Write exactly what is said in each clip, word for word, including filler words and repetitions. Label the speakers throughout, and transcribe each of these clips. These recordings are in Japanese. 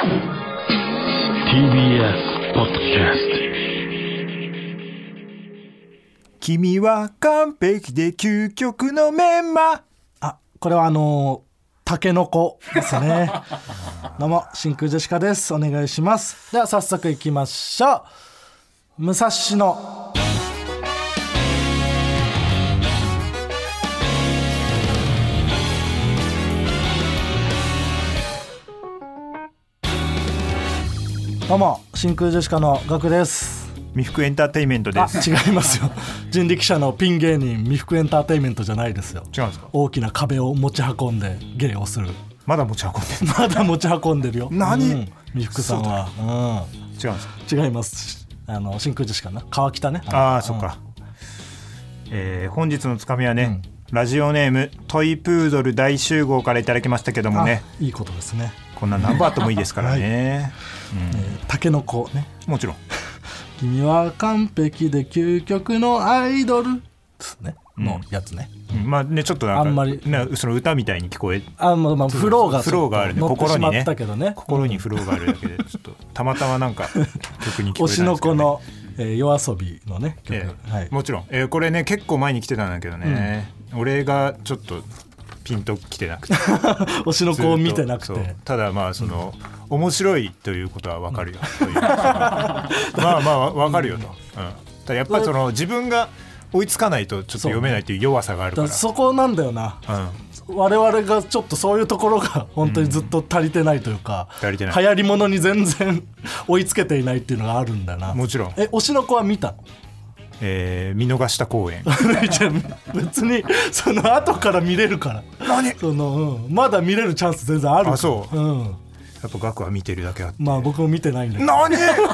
Speaker 1: ービーエス ポッドキャスト。
Speaker 2: 君は完璧で究極のメンマ。
Speaker 3: あ、これはあのタケノコですね。どうも真空ジェシカです。お願いします。では早速いきましょう。武蔵野どうも真空ジェシカのガクです。
Speaker 2: 未服エンターテインメントです。
Speaker 3: あ、違いますよ。人力車のピン芸人未服エンターテインメントじゃないですよ。
Speaker 2: 違うんですか。
Speaker 3: 大きな壁を持ち運んで芸をする。
Speaker 2: まだ持ち運んでる。
Speaker 3: まだ持ち運んでるよ。
Speaker 2: 何、
Speaker 3: うん、未服さんは、うん、
Speaker 2: 違うんです
Speaker 3: か。違います。あの真空ジェシカな川北ね。
Speaker 2: ああ、そっか、うん。えー、本日のつかみはね、うん、ラジオネームトイプードル大集合からいただきましたけどもね。
Speaker 3: いいことですね。
Speaker 2: こんな何バートもいいですからね。はい、うん、
Speaker 3: えー、タケノコね。
Speaker 2: もちろん。
Speaker 3: 君は完璧で究極のアイドルですね、うん、のやつね、
Speaker 2: うん、まあね、ちょっとなんか
Speaker 3: あんまり、
Speaker 2: ね、その歌みたいに聞こえ、
Speaker 3: あ、まあ、まあフローが
Speaker 2: フローがあるね、心にね、
Speaker 3: ね、
Speaker 2: 心にフローがあるだけでちょっとたまたまなんか曲に聞こえたんですけど、ね、
Speaker 3: 推しの子の、えー、夜遊びのね曲、
Speaker 2: えー
Speaker 3: はい、
Speaker 2: もちろん、えー、これね結構前に来てたんだけどね、うん、俺がちょっとピンと来てなくて
Speaker 3: 推しの子を見てなくて、
Speaker 2: ただまあその、うん、面白いということは分かるよ、うん、というまあまあ分かるよと、うん、ただやっぱりその自分が追いつかないとちょっと読めないという弱さがあるから、
Speaker 3: そ, そこなんだよな、うん、我々がちょっとそういうところが本当にずっと足りてないというか、うん、足りてない、流行り物に全然追いつけていないっていうのがあるんだよな。
Speaker 2: もちろん。
Speaker 3: え、推しの子は見たの？
Speaker 2: えー、見逃した公演
Speaker 3: 別にその後から見れるから
Speaker 2: 何
Speaker 3: その、うん、まだ見れるチャンス全然あるから。
Speaker 2: あ、そう、
Speaker 3: うん、
Speaker 2: やっぱガクは見てるだけあって、
Speaker 3: まあ僕も見てないんだけど
Speaker 2: 何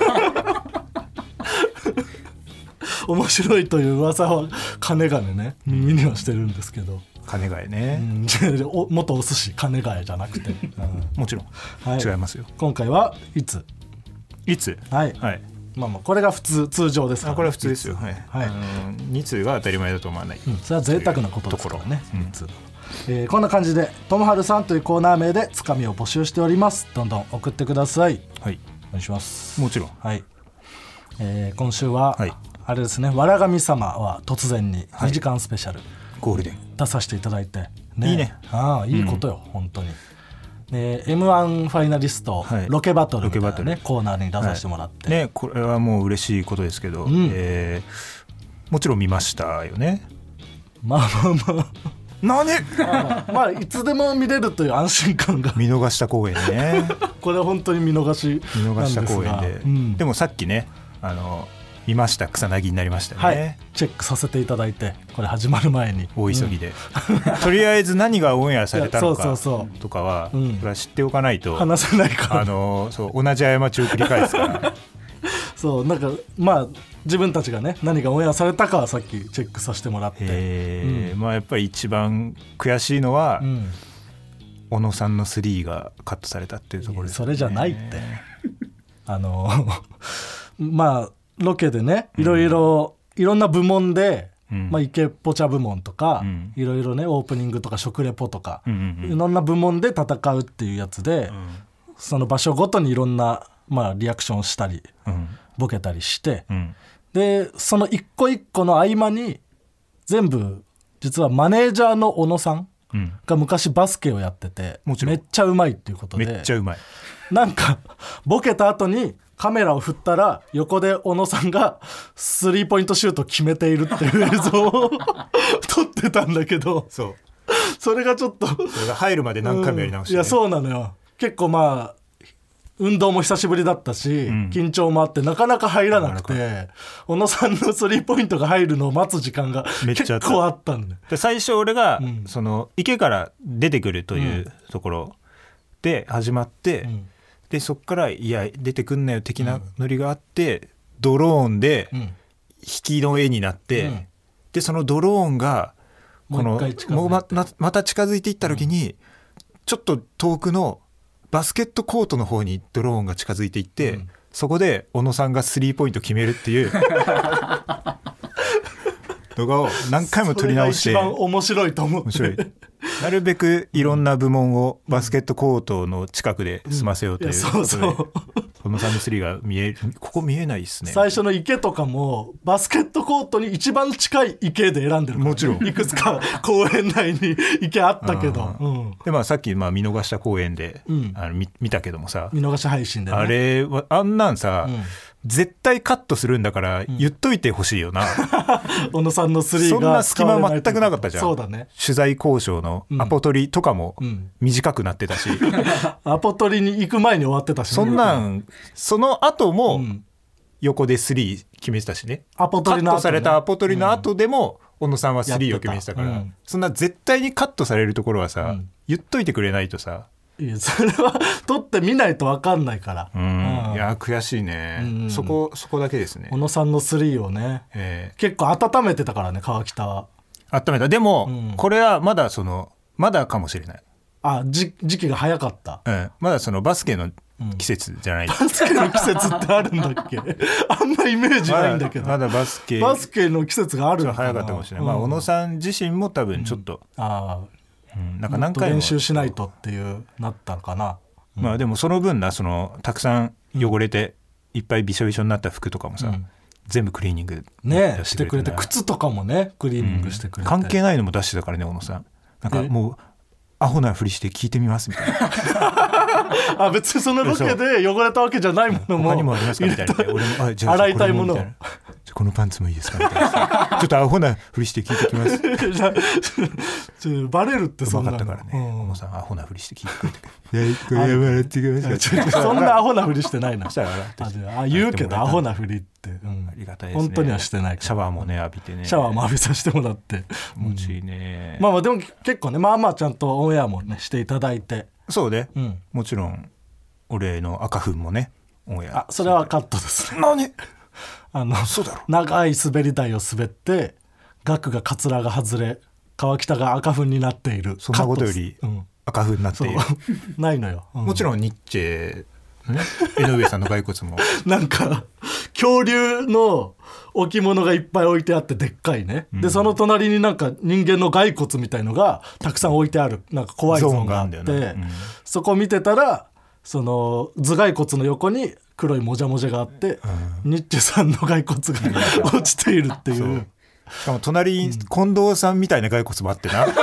Speaker 3: 面白いという噂は金がね耳にはしてるんですけど、
Speaker 2: 金がね、
Speaker 3: うん、元お寿司金がじゃなくて、うん、
Speaker 2: もちろん、はい、違いますよ。
Speaker 3: 今回はいつ
Speaker 2: いつ、
Speaker 3: はい、
Speaker 2: はい、
Speaker 3: まあ、まあこれが普通通常ですから、ね、
Speaker 2: あ、これは普通ですよ、はい、はい、あのに通が当たり前だと思わない、
Speaker 3: うん、それは贅沢なことですからね、
Speaker 2: うん、
Speaker 3: えー、こんな感じでともはるさんというコーナー名でつかみを募集しております。どんどん送ってください。
Speaker 2: はい、
Speaker 3: お願いします。
Speaker 2: もちろん、
Speaker 3: はい、えー、今週は、はい、あれですね、わらがみ様は突然ににじかんスペシャル、はい、
Speaker 2: ゴールデン
Speaker 3: 出させていただいて、ね、
Speaker 2: いいね。
Speaker 3: ああ、いいことよ、うん、本当に。で エムワン ファイナリスト、はい、ロケバトルみたいな、ね、コーナーに出させてもらって、
Speaker 2: はいね、これはもう嬉しいことですけど、うん、えー、もちろん見ましたよね。
Speaker 3: まあまあまあ
Speaker 2: 何
Speaker 3: まあ、まあいつでも見れるという安心感が。
Speaker 2: 見逃した公演ね
Speaker 3: これは本当に見逃し
Speaker 2: 見逃した公演で、
Speaker 3: うん、
Speaker 2: でもさっきね、あの見ました、草薙になりましたね、
Speaker 3: はい、チェックさせていただいて、これ始まる前に
Speaker 2: 大急ぎで、うん、とりあえず何がオンエアされたのかとかは、うん、これは知っておかないと
Speaker 3: 話せないから、
Speaker 2: あのそう同じ過ちを繰り返すから
Speaker 3: そうなんかまあ自分たちがね何がオンエアされたかはさっきチェックさせてもらって、
Speaker 2: えーうん、まあやっぱり一番悔しいのは、うん、小野さんのスリーがカットされたっていうところです、ね、
Speaker 3: それじゃないってあのまあロケでねいろいろ、うん、いろんな部門で、うんまあ、イケポチャ部門とか、うん、いろいろねオープニングとか食レポとか、うんうんうん、いろんな部門で戦うっていうやつで、うん、その場所ごとにいろんな、まあ、リアクションしたり、うん、ボケたりして、うん、でその一個一個の合間に全部実はマネージャーの小野さんが昔バスケをやってて、うん、めっちゃうまいっていうことで、
Speaker 2: めっちゃうまい、
Speaker 3: なんかボケた後にカメラを振ったら横で小野さんがスリーポイントシュートを決めているっていう映像を撮ってたんだけど、
Speaker 2: そう
Speaker 3: それがちょっとそ
Speaker 2: れが入るまで何回もやり直して、ね
Speaker 3: うん、いやそうなのよ。結構まあ運動も久しぶりだったし、うん、緊張もあってなかなか入らなくて、小野さんのスリーポイントが入るのを待つ時間が結構あったんで、
Speaker 2: で最初俺が、うん、その池から出てくるというところで始まって、うん、でそっからいや出てくんなよ的なノリがあって、うん、ドローンで引きの絵になって、うん、でそのドローンがこのもう ま, また近づいていった時に、うん、ちょっと遠くのバスケットコートの方にドローンが近づいていって、うん、そこで小野さんがスリーポイント決めるっていう動画を何回も撮り直して、
Speaker 3: それが一番面白いと思って、
Speaker 2: 面白いなるべくいろんな部門をバスケットコートの近くで済ませようということで、
Speaker 3: そうそう
Speaker 2: 小野さんのスリーが見える、ここ見えないですね。
Speaker 3: 最初の池とかもバスケットコートに一番近い池で選んでるから、ね、
Speaker 2: もちろん
Speaker 3: いくつか公園内に池あったけど、うん、
Speaker 2: でまあさっきまあ見逃した公演で、うん、あの 見, 見たけどもさ、
Speaker 3: 見逃し配信で、ね、
Speaker 2: あれはあんなんさ、うん、絶対カットするんだから言っといてほしいよな、
Speaker 3: うん、小野さんのスリーが
Speaker 2: そんな隙間全くなかったじゃん。
Speaker 3: そうだね。
Speaker 2: 取材交渉のアポ取りとかも短くなってたし、うん、
Speaker 3: アポ取りに行く前に終わってたし、ね、
Speaker 2: そんなんその後も横でスリー決めてたしね、
Speaker 3: アポ取りの後ね、
Speaker 2: カットされたアポ取りの後でも小野さんはスリーを決めてたから、うん、そんな絶対にカットされるところはさ、うん、言っといてくれないとさ。
Speaker 3: いやそれは撮ってみないと分かんないから、
Speaker 2: うん、うん、いや悔しいね、うん、そこそこだけですね。
Speaker 3: 小野さんのスリーをね、えー、結構温めてたからね、川北は。
Speaker 2: 温めた。でも、うん、これはまだそのまだかもしれない。
Speaker 3: あ、じ時期が早かった、
Speaker 2: うん、まだそのバスケの季節じゃない、うん、
Speaker 3: バスケの季節ってあるんだっけあんまイメージないんだけど、
Speaker 2: まだ、まだバスケ
Speaker 3: バスケの季節があるのかな。
Speaker 2: 早かったかもしれない、うん、まあ、小野さん自身も多分ちょっと、うん、あうん、なんか何回も
Speaker 3: 練習しないとっていうなったのかな、
Speaker 2: うん、まあでもその分な、そのたくさん汚れていっぱいびしょびしょになった服とかもさ、うん、全部クリーニング
Speaker 3: ねしてくれて、靴とかもねクリーニングしてくれて、
Speaker 2: うん、関係ないのも出してたからね、小野さん。なんかもうアホなふりして聞いてみますみたいな
Speaker 3: あ、別にそのロケで汚れたわけじゃないものも
Speaker 2: 他にもありますかみたいな、俺もあじゃあ
Speaker 3: 洗いたいものを、
Speaker 2: このパンツもいいですかみたいなちょっとアホなふりして聞いてきます
Speaker 3: バレるって。そんな
Speaker 2: 分かったからね、小野さんアホなふりして聞いてくれてこれ笑ってください
Speaker 3: そんなアホなふりしてないな
Speaker 2: したら笑って
Speaker 3: ああ言うけどアホなふりって、うん、
Speaker 2: ありがたいですね。
Speaker 3: 本当にはしてないから。
Speaker 2: シャワーもね浴びてね、
Speaker 3: シャワーも浴びさせてもらって
Speaker 2: 気持ちいいね、
Speaker 3: うん、まあまあでも結構ね、まあまあちゃんとオンエアもねしていただいて。
Speaker 2: そうね、うん、もちろん俺の赤粉もねオンエア。
Speaker 3: あ、それはカットですね。
Speaker 2: 何
Speaker 3: あの
Speaker 2: そうだろ、
Speaker 3: 長い滑り台を滑ってガクがカツラが外れ川北が赤粉になっている。
Speaker 2: そんなことより赤粉になっている、
Speaker 3: うん、ないのよ、うん、
Speaker 2: もちろんニッチェ、ね、江上さんの骸骨も
Speaker 3: なんか恐竜の置物がいっぱい置いてあってでっかいね、うん、でその隣になんか人間の骸骨みたいのがたくさん置いてあるなんか怖いゾーンがあって、うん、そこ見てたらその頭蓋骨の横に黒いもじゃもじゃがあって、うん、ニッチェさんの骸骨が落ちているっていう。
Speaker 2: しかも隣に近藤さんみたいな骸骨もあってな、うん、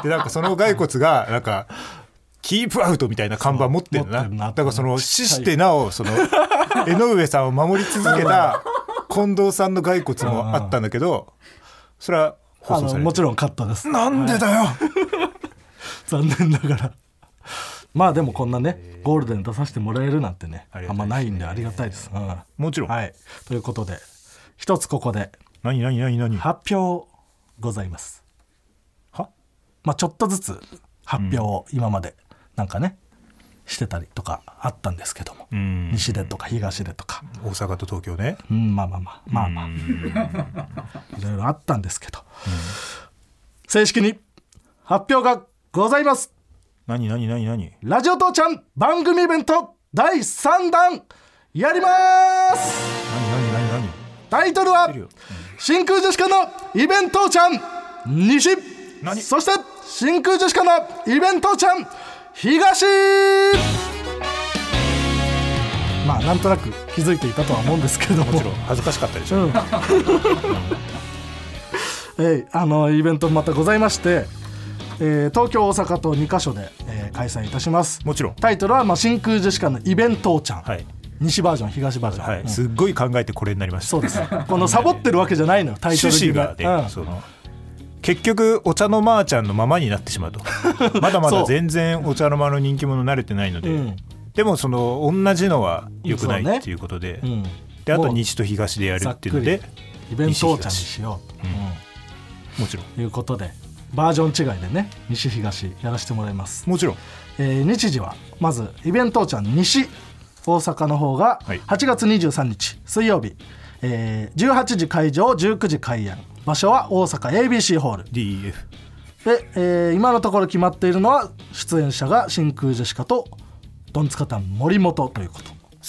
Speaker 2: でなんかその骸骨がなんかキープアウトみたいな看板持ってるな。だからその死してなおその江上さんを守り続けた近藤さんの骸骨もあったんだけど、それは放送されてる。
Speaker 3: もちろんカットです。
Speaker 2: なんでだよ、はい、
Speaker 3: 残念ながらまあでもこんなねゴールデン出させてもらえるなんてねあんまないんでありがたいです、うん、
Speaker 2: もちろん、
Speaker 3: はい、ということで一つここで
Speaker 2: 何何何何
Speaker 3: 発表ございます。は、まあ、ちょっとずつ発表を今までなんかね、うん、してたりとかあったんですけども、うん、西でとか東でとか
Speaker 2: 大阪と東京ね、
Speaker 3: うん、まあまあまあまあまあいろいろあったんですけど、うん、正式に発表がございます。
Speaker 2: 何何何何
Speaker 3: ラジオ父ちゃん番組イベントだいさん弾やります。
Speaker 2: 何何何何
Speaker 3: タイトルは、うん、真空ジェシカのイベントちゃん西、そして真空ジェシカのイベントちゃん東。まあなんとなく気づいていたとは思うんですけども、
Speaker 2: もちろん恥ずかしかったでしょ、うん
Speaker 3: えい、あのイベントまたございまして、えー、東京大阪とにカ所で、えー、開催いたします。
Speaker 2: もちろん
Speaker 3: タイトルは、まあ、真空ジェシカのイベントちゃん、はい、西バージョン東バージョン、
Speaker 2: はい、うん、すっごい考えてこれになりました。
Speaker 3: そうですこのサボってるわけじゃないのよタイトル
Speaker 2: 趣旨がで、うん、その結局お茶のまーちゃんのままになってしまうとまだまだ全然お茶の間の人気者慣れてないので、うん、でもその同じのは良くないっていうことで、うん、であと西と東でやるっていうので
Speaker 3: イベントちゃんにしよう、うん
Speaker 2: うん、もちろん
Speaker 3: ということでバージョン違いでね西東やらせてもらいます。
Speaker 2: もちろん、
Speaker 3: えー、日時はまずイベントちゃん西大阪の方がはちがつにじゅうさんにち水曜日、えー、じゅうはちじ会場じゅうくじ開演、場所は大阪 エービーシー ホール
Speaker 2: ディーイーエフ
Speaker 3: で、えー、今のところ決まっているのは出演者が真空ジェシカとドンツカタン森本ということ。
Speaker 2: 少ない、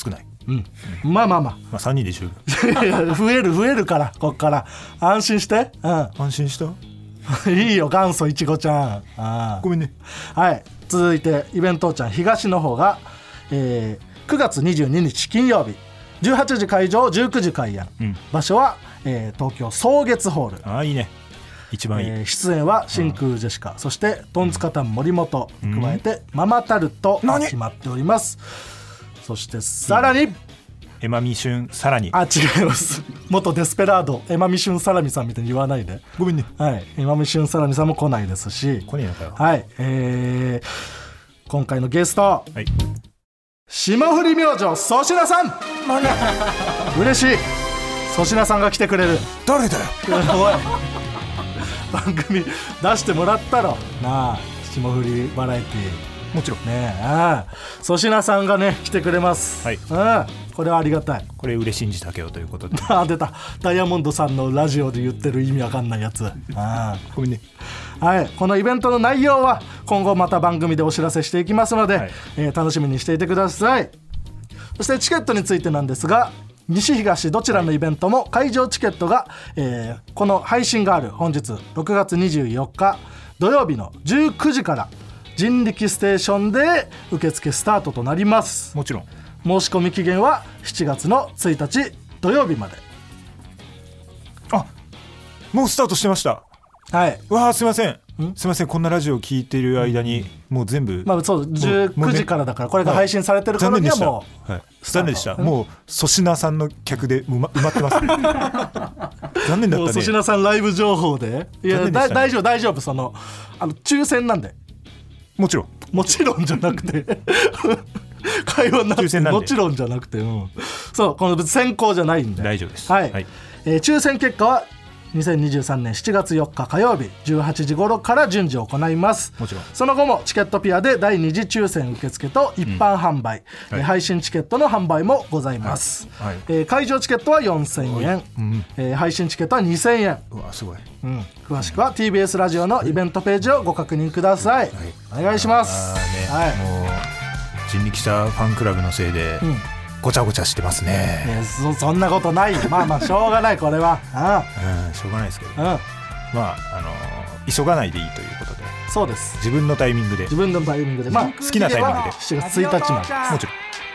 Speaker 3: うんまあまあまあ、
Speaker 2: まあ、さんにんで十分
Speaker 3: いや増える増えるからこっから安心して、うん、
Speaker 2: 安心した
Speaker 3: いいよ元祖いちごちゃん。あ
Speaker 2: ごめんね。
Speaker 3: はい続いてイベントちゃん東の方が、えー、くがつにじゅうににち金曜日じゅうはちじ会場じゅうくじ開演、うん、場所は、えー、東京草月ホール。
Speaker 2: ああいいね一番いい、
Speaker 3: えー、出演は真空ジェシカ、そしてトンツカタン森本に加えて、うん、ママタルトが決まっております。そしてさらに、うん
Speaker 2: エマミシュンさらに
Speaker 3: あ違います元デスペラードエマミシュンサラミさんみたいに言わないで
Speaker 2: ごめんね。
Speaker 3: はいエマミシュンサラミさんも来ないですし
Speaker 2: 来ねえのかよ。
Speaker 3: はいえー、今回のゲスト、はい、霜降り明星粗品さん嬉しい粗品さんが来てくれる。
Speaker 2: 誰だよ
Speaker 3: おい番組出してもらったろなあ霜降りバラエティー
Speaker 2: もちろん
Speaker 3: ねえああ粗品さんがね来てくれます。はい、うんこれはありがたい。
Speaker 2: これ嬉しんじたけよということで
Speaker 3: あ出たダイヤモンドさんのラジオで言ってる意味わかんないやつ。あ
Speaker 2: ごめんね。
Speaker 3: はい、このイベントの内容は今後また番組でお知らせしていきますので、はいえー、楽しみにしていてください。そしてチケットについてなんですが西東どちらのイベントも会場チケットが、えー、この配信がある本日ろくがつにじゅうよっか土曜日のじゅうくじから人力ステーションで受付スタートとなります。
Speaker 2: もちろん
Speaker 3: 申し込み期限はしちがつのついたち土曜日まで。
Speaker 2: あもうスタートしてました。
Speaker 3: はい
Speaker 2: わあすいませんすいませんこんなラジオ聞いてる間にもう全部
Speaker 3: まあそうじゅうくじからだからこれが配信されてる頃にはも
Speaker 2: う、はい、残念でした、はい、もう粗品さんの客で埋ま、埋まってます、ね、残念だったね。
Speaker 3: 粗品さんライブ情報でいや、ね、だ大丈夫大丈夫そのあの抽選なんで
Speaker 2: もちろん
Speaker 3: もちろんじゃなくて会話になってもちろんじゃなくて、うん、そうこの先行じゃないんで
Speaker 2: 大丈夫です、
Speaker 3: はいはいえー、抽選結果はにせんにじゅうさんねんしちがつよっか火曜日じゅうはちじ頃から順次行います。
Speaker 2: もちろん
Speaker 3: その後もチケットピアでだいに次抽選受付と一般販売、うんはい、配信チケットの販売もございます、はいはいえー、会場チケットはよんせんえん、うんえー、配信チケットはにせんえん。
Speaker 2: うわすごい、
Speaker 3: うん、詳しくは ティービーエス ラジオのイベントページをご確認ください、はい、お願いします、
Speaker 2: ねはい、もう人力車ファンクラブのせいで、うんごちゃごちゃしてますね。
Speaker 3: いや そ, そんなことないまあまあしょうがないこれはあ
Speaker 2: あ、うん、しょうがないですけど、うん、まあ、あのー、急がないでいいということで
Speaker 3: そうです
Speaker 2: 自分のタイミングで
Speaker 3: 自分のタイミングで、まあ、
Speaker 2: 好きなタイミングで
Speaker 3: しちがつついたちまで
Speaker 2: もちろん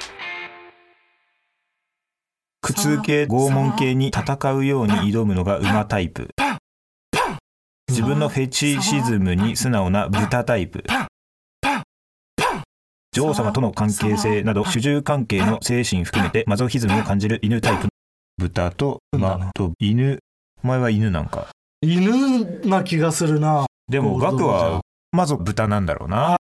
Speaker 2: 苦痛系拷問系に戦うように挑むのが馬タイプ、自分のフェチシズムに素直な豚タイプ、女王様との関係性など主従関係の精神含めてマゾヒズムを感じる犬タイプ。豚と馬と犬。お前は犬なんか
Speaker 3: 犬な気がするな。
Speaker 2: でもガクはまず豚なんだろうな。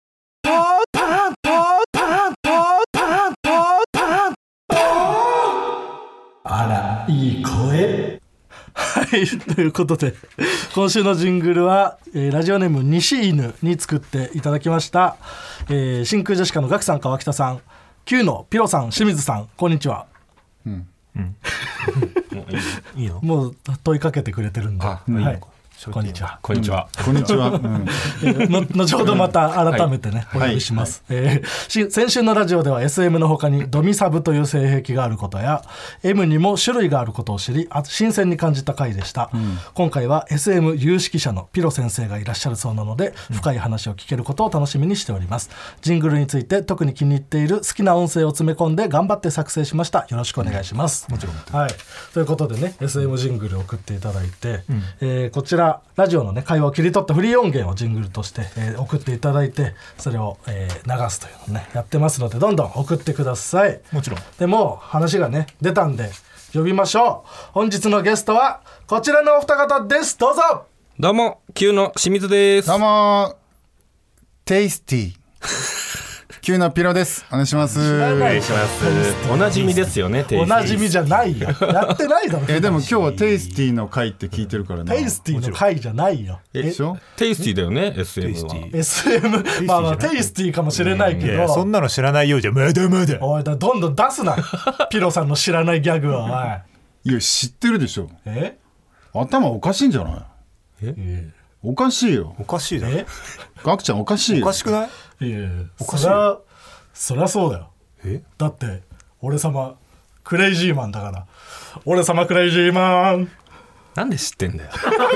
Speaker 3: あらいい声はいということで今週のジングルは、えー、ラジオネーム西犬に作っていただきました、えー、真空ジェシカのガクさん川北さん Q のピロさん清水さんこんにちは。うんうん、いいのもう問いかけてくれてるんで、あ、はい、こんにちは。
Speaker 2: こんにちは。
Speaker 3: こんにちは。後ほどまた改めてね、はい、お呼びします、はいはいえー。先週のラジオでは エスエム の他にドミサブという性癖があることや M にも種類があることを知り新鮮に感じた回でした、うん、今回は エスエム 有識者のピロ先生がいらっしゃるそうなので、うん、深い話を聞けることを楽しみにしております。ジングルについて特に気に入っている好きな音声を詰め込んで頑張って作成しました。よろしくお願いします、
Speaker 2: うん、もちろん、
Speaker 3: はい、ということでね エスエム ジングルを送っていただいて、うんえー、こちらラジオのね会話を切り取ったフリー音源をジングルとして、えー、送っていただいてそれを、えー、流すというのをねやってますのでどんどん送ってください。
Speaker 2: もちろん。
Speaker 3: でも話がね出たんで呼びましょう。本日のゲストはこちらのお二方です。どうぞ。
Speaker 4: どうも Q の清水です。
Speaker 5: どうもテイスティQ のピロです。お願いします。お
Speaker 4: 願いします。おなじみですよね。
Speaker 3: おなじみじゃないよ。やってないだろ。
Speaker 5: えでも今日はテイスティの回って聞いてるからな。
Speaker 3: テイスティの回じゃないよ。
Speaker 4: えでしょ。テイスティだよね。エスエム は
Speaker 3: エスエム まあまあテイスティかもしれないけど、いや
Speaker 2: そんなの知らないようじゃまだまだ。
Speaker 3: おいだどんどん出すなピロさんの知らないギャグは。お
Speaker 5: いいや知ってるでしょ。
Speaker 3: え
Speaker 5: 頭おかしいんじゃない。えおかしいよ。
Speaker 2: おかしいだろ。
Speaker 5: ガクちゃんおかしいよ。
Speaker 2: おかしくない。
Speaker 3: いやおかしい。そりゃそうだよ。えだって俺様クレイジーマンだから。俺様クレイジーマン。
Speaker 4: なんで知ってんだよ。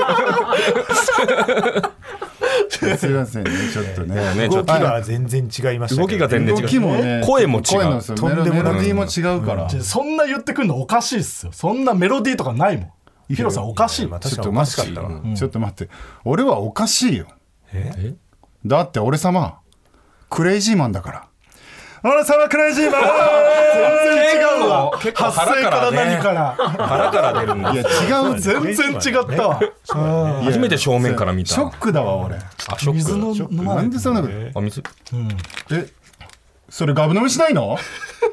Speaker 5: すいませんね、ちょっとね。
Speaker 2: 動きが全然違いましたけど、
Speaker 4: 動きが全然違う。
Speaker 5: 動きもね、
Speaker 4: 声も違う。
Speaker 5: 声のそうメロメロディーも違うから。
Speaker 3: そんな言ってくるのおかしいっすよ。そんなメロディーとかないもん。ヒロさんおかしい。
Speaker 2: まあ、
Speaker 5: ちょっ
Speaker 2: 確かにおか
Speaker 5: と待って
Speaker 2: しかったわ、
Speaker 5: ちょっと待って。俺はおかしいよ。
Speaker 2: え
Speaker 5: だって俺様クレイジーマンだから。俺様クレイジーマン。
Speaker 3: 全然違うわ。
Speaker 4: 結構
Speaker 3: 発声から何から
Speaker 4: 腹から出るんだ。
Speaker 5: いや違う、
Speaker 3: 全然違ったわ。
Speaker 4: 初めて正面から見た。
Speaker 5: ショックだわ俺。
Speaker 4: あ、ショック。
Speaker 3: 水の飲ま
Speaker 5: なんでそんなこと。
Speaker 4: あ、水。
Speaker 5: え、それガブ飲みしないの？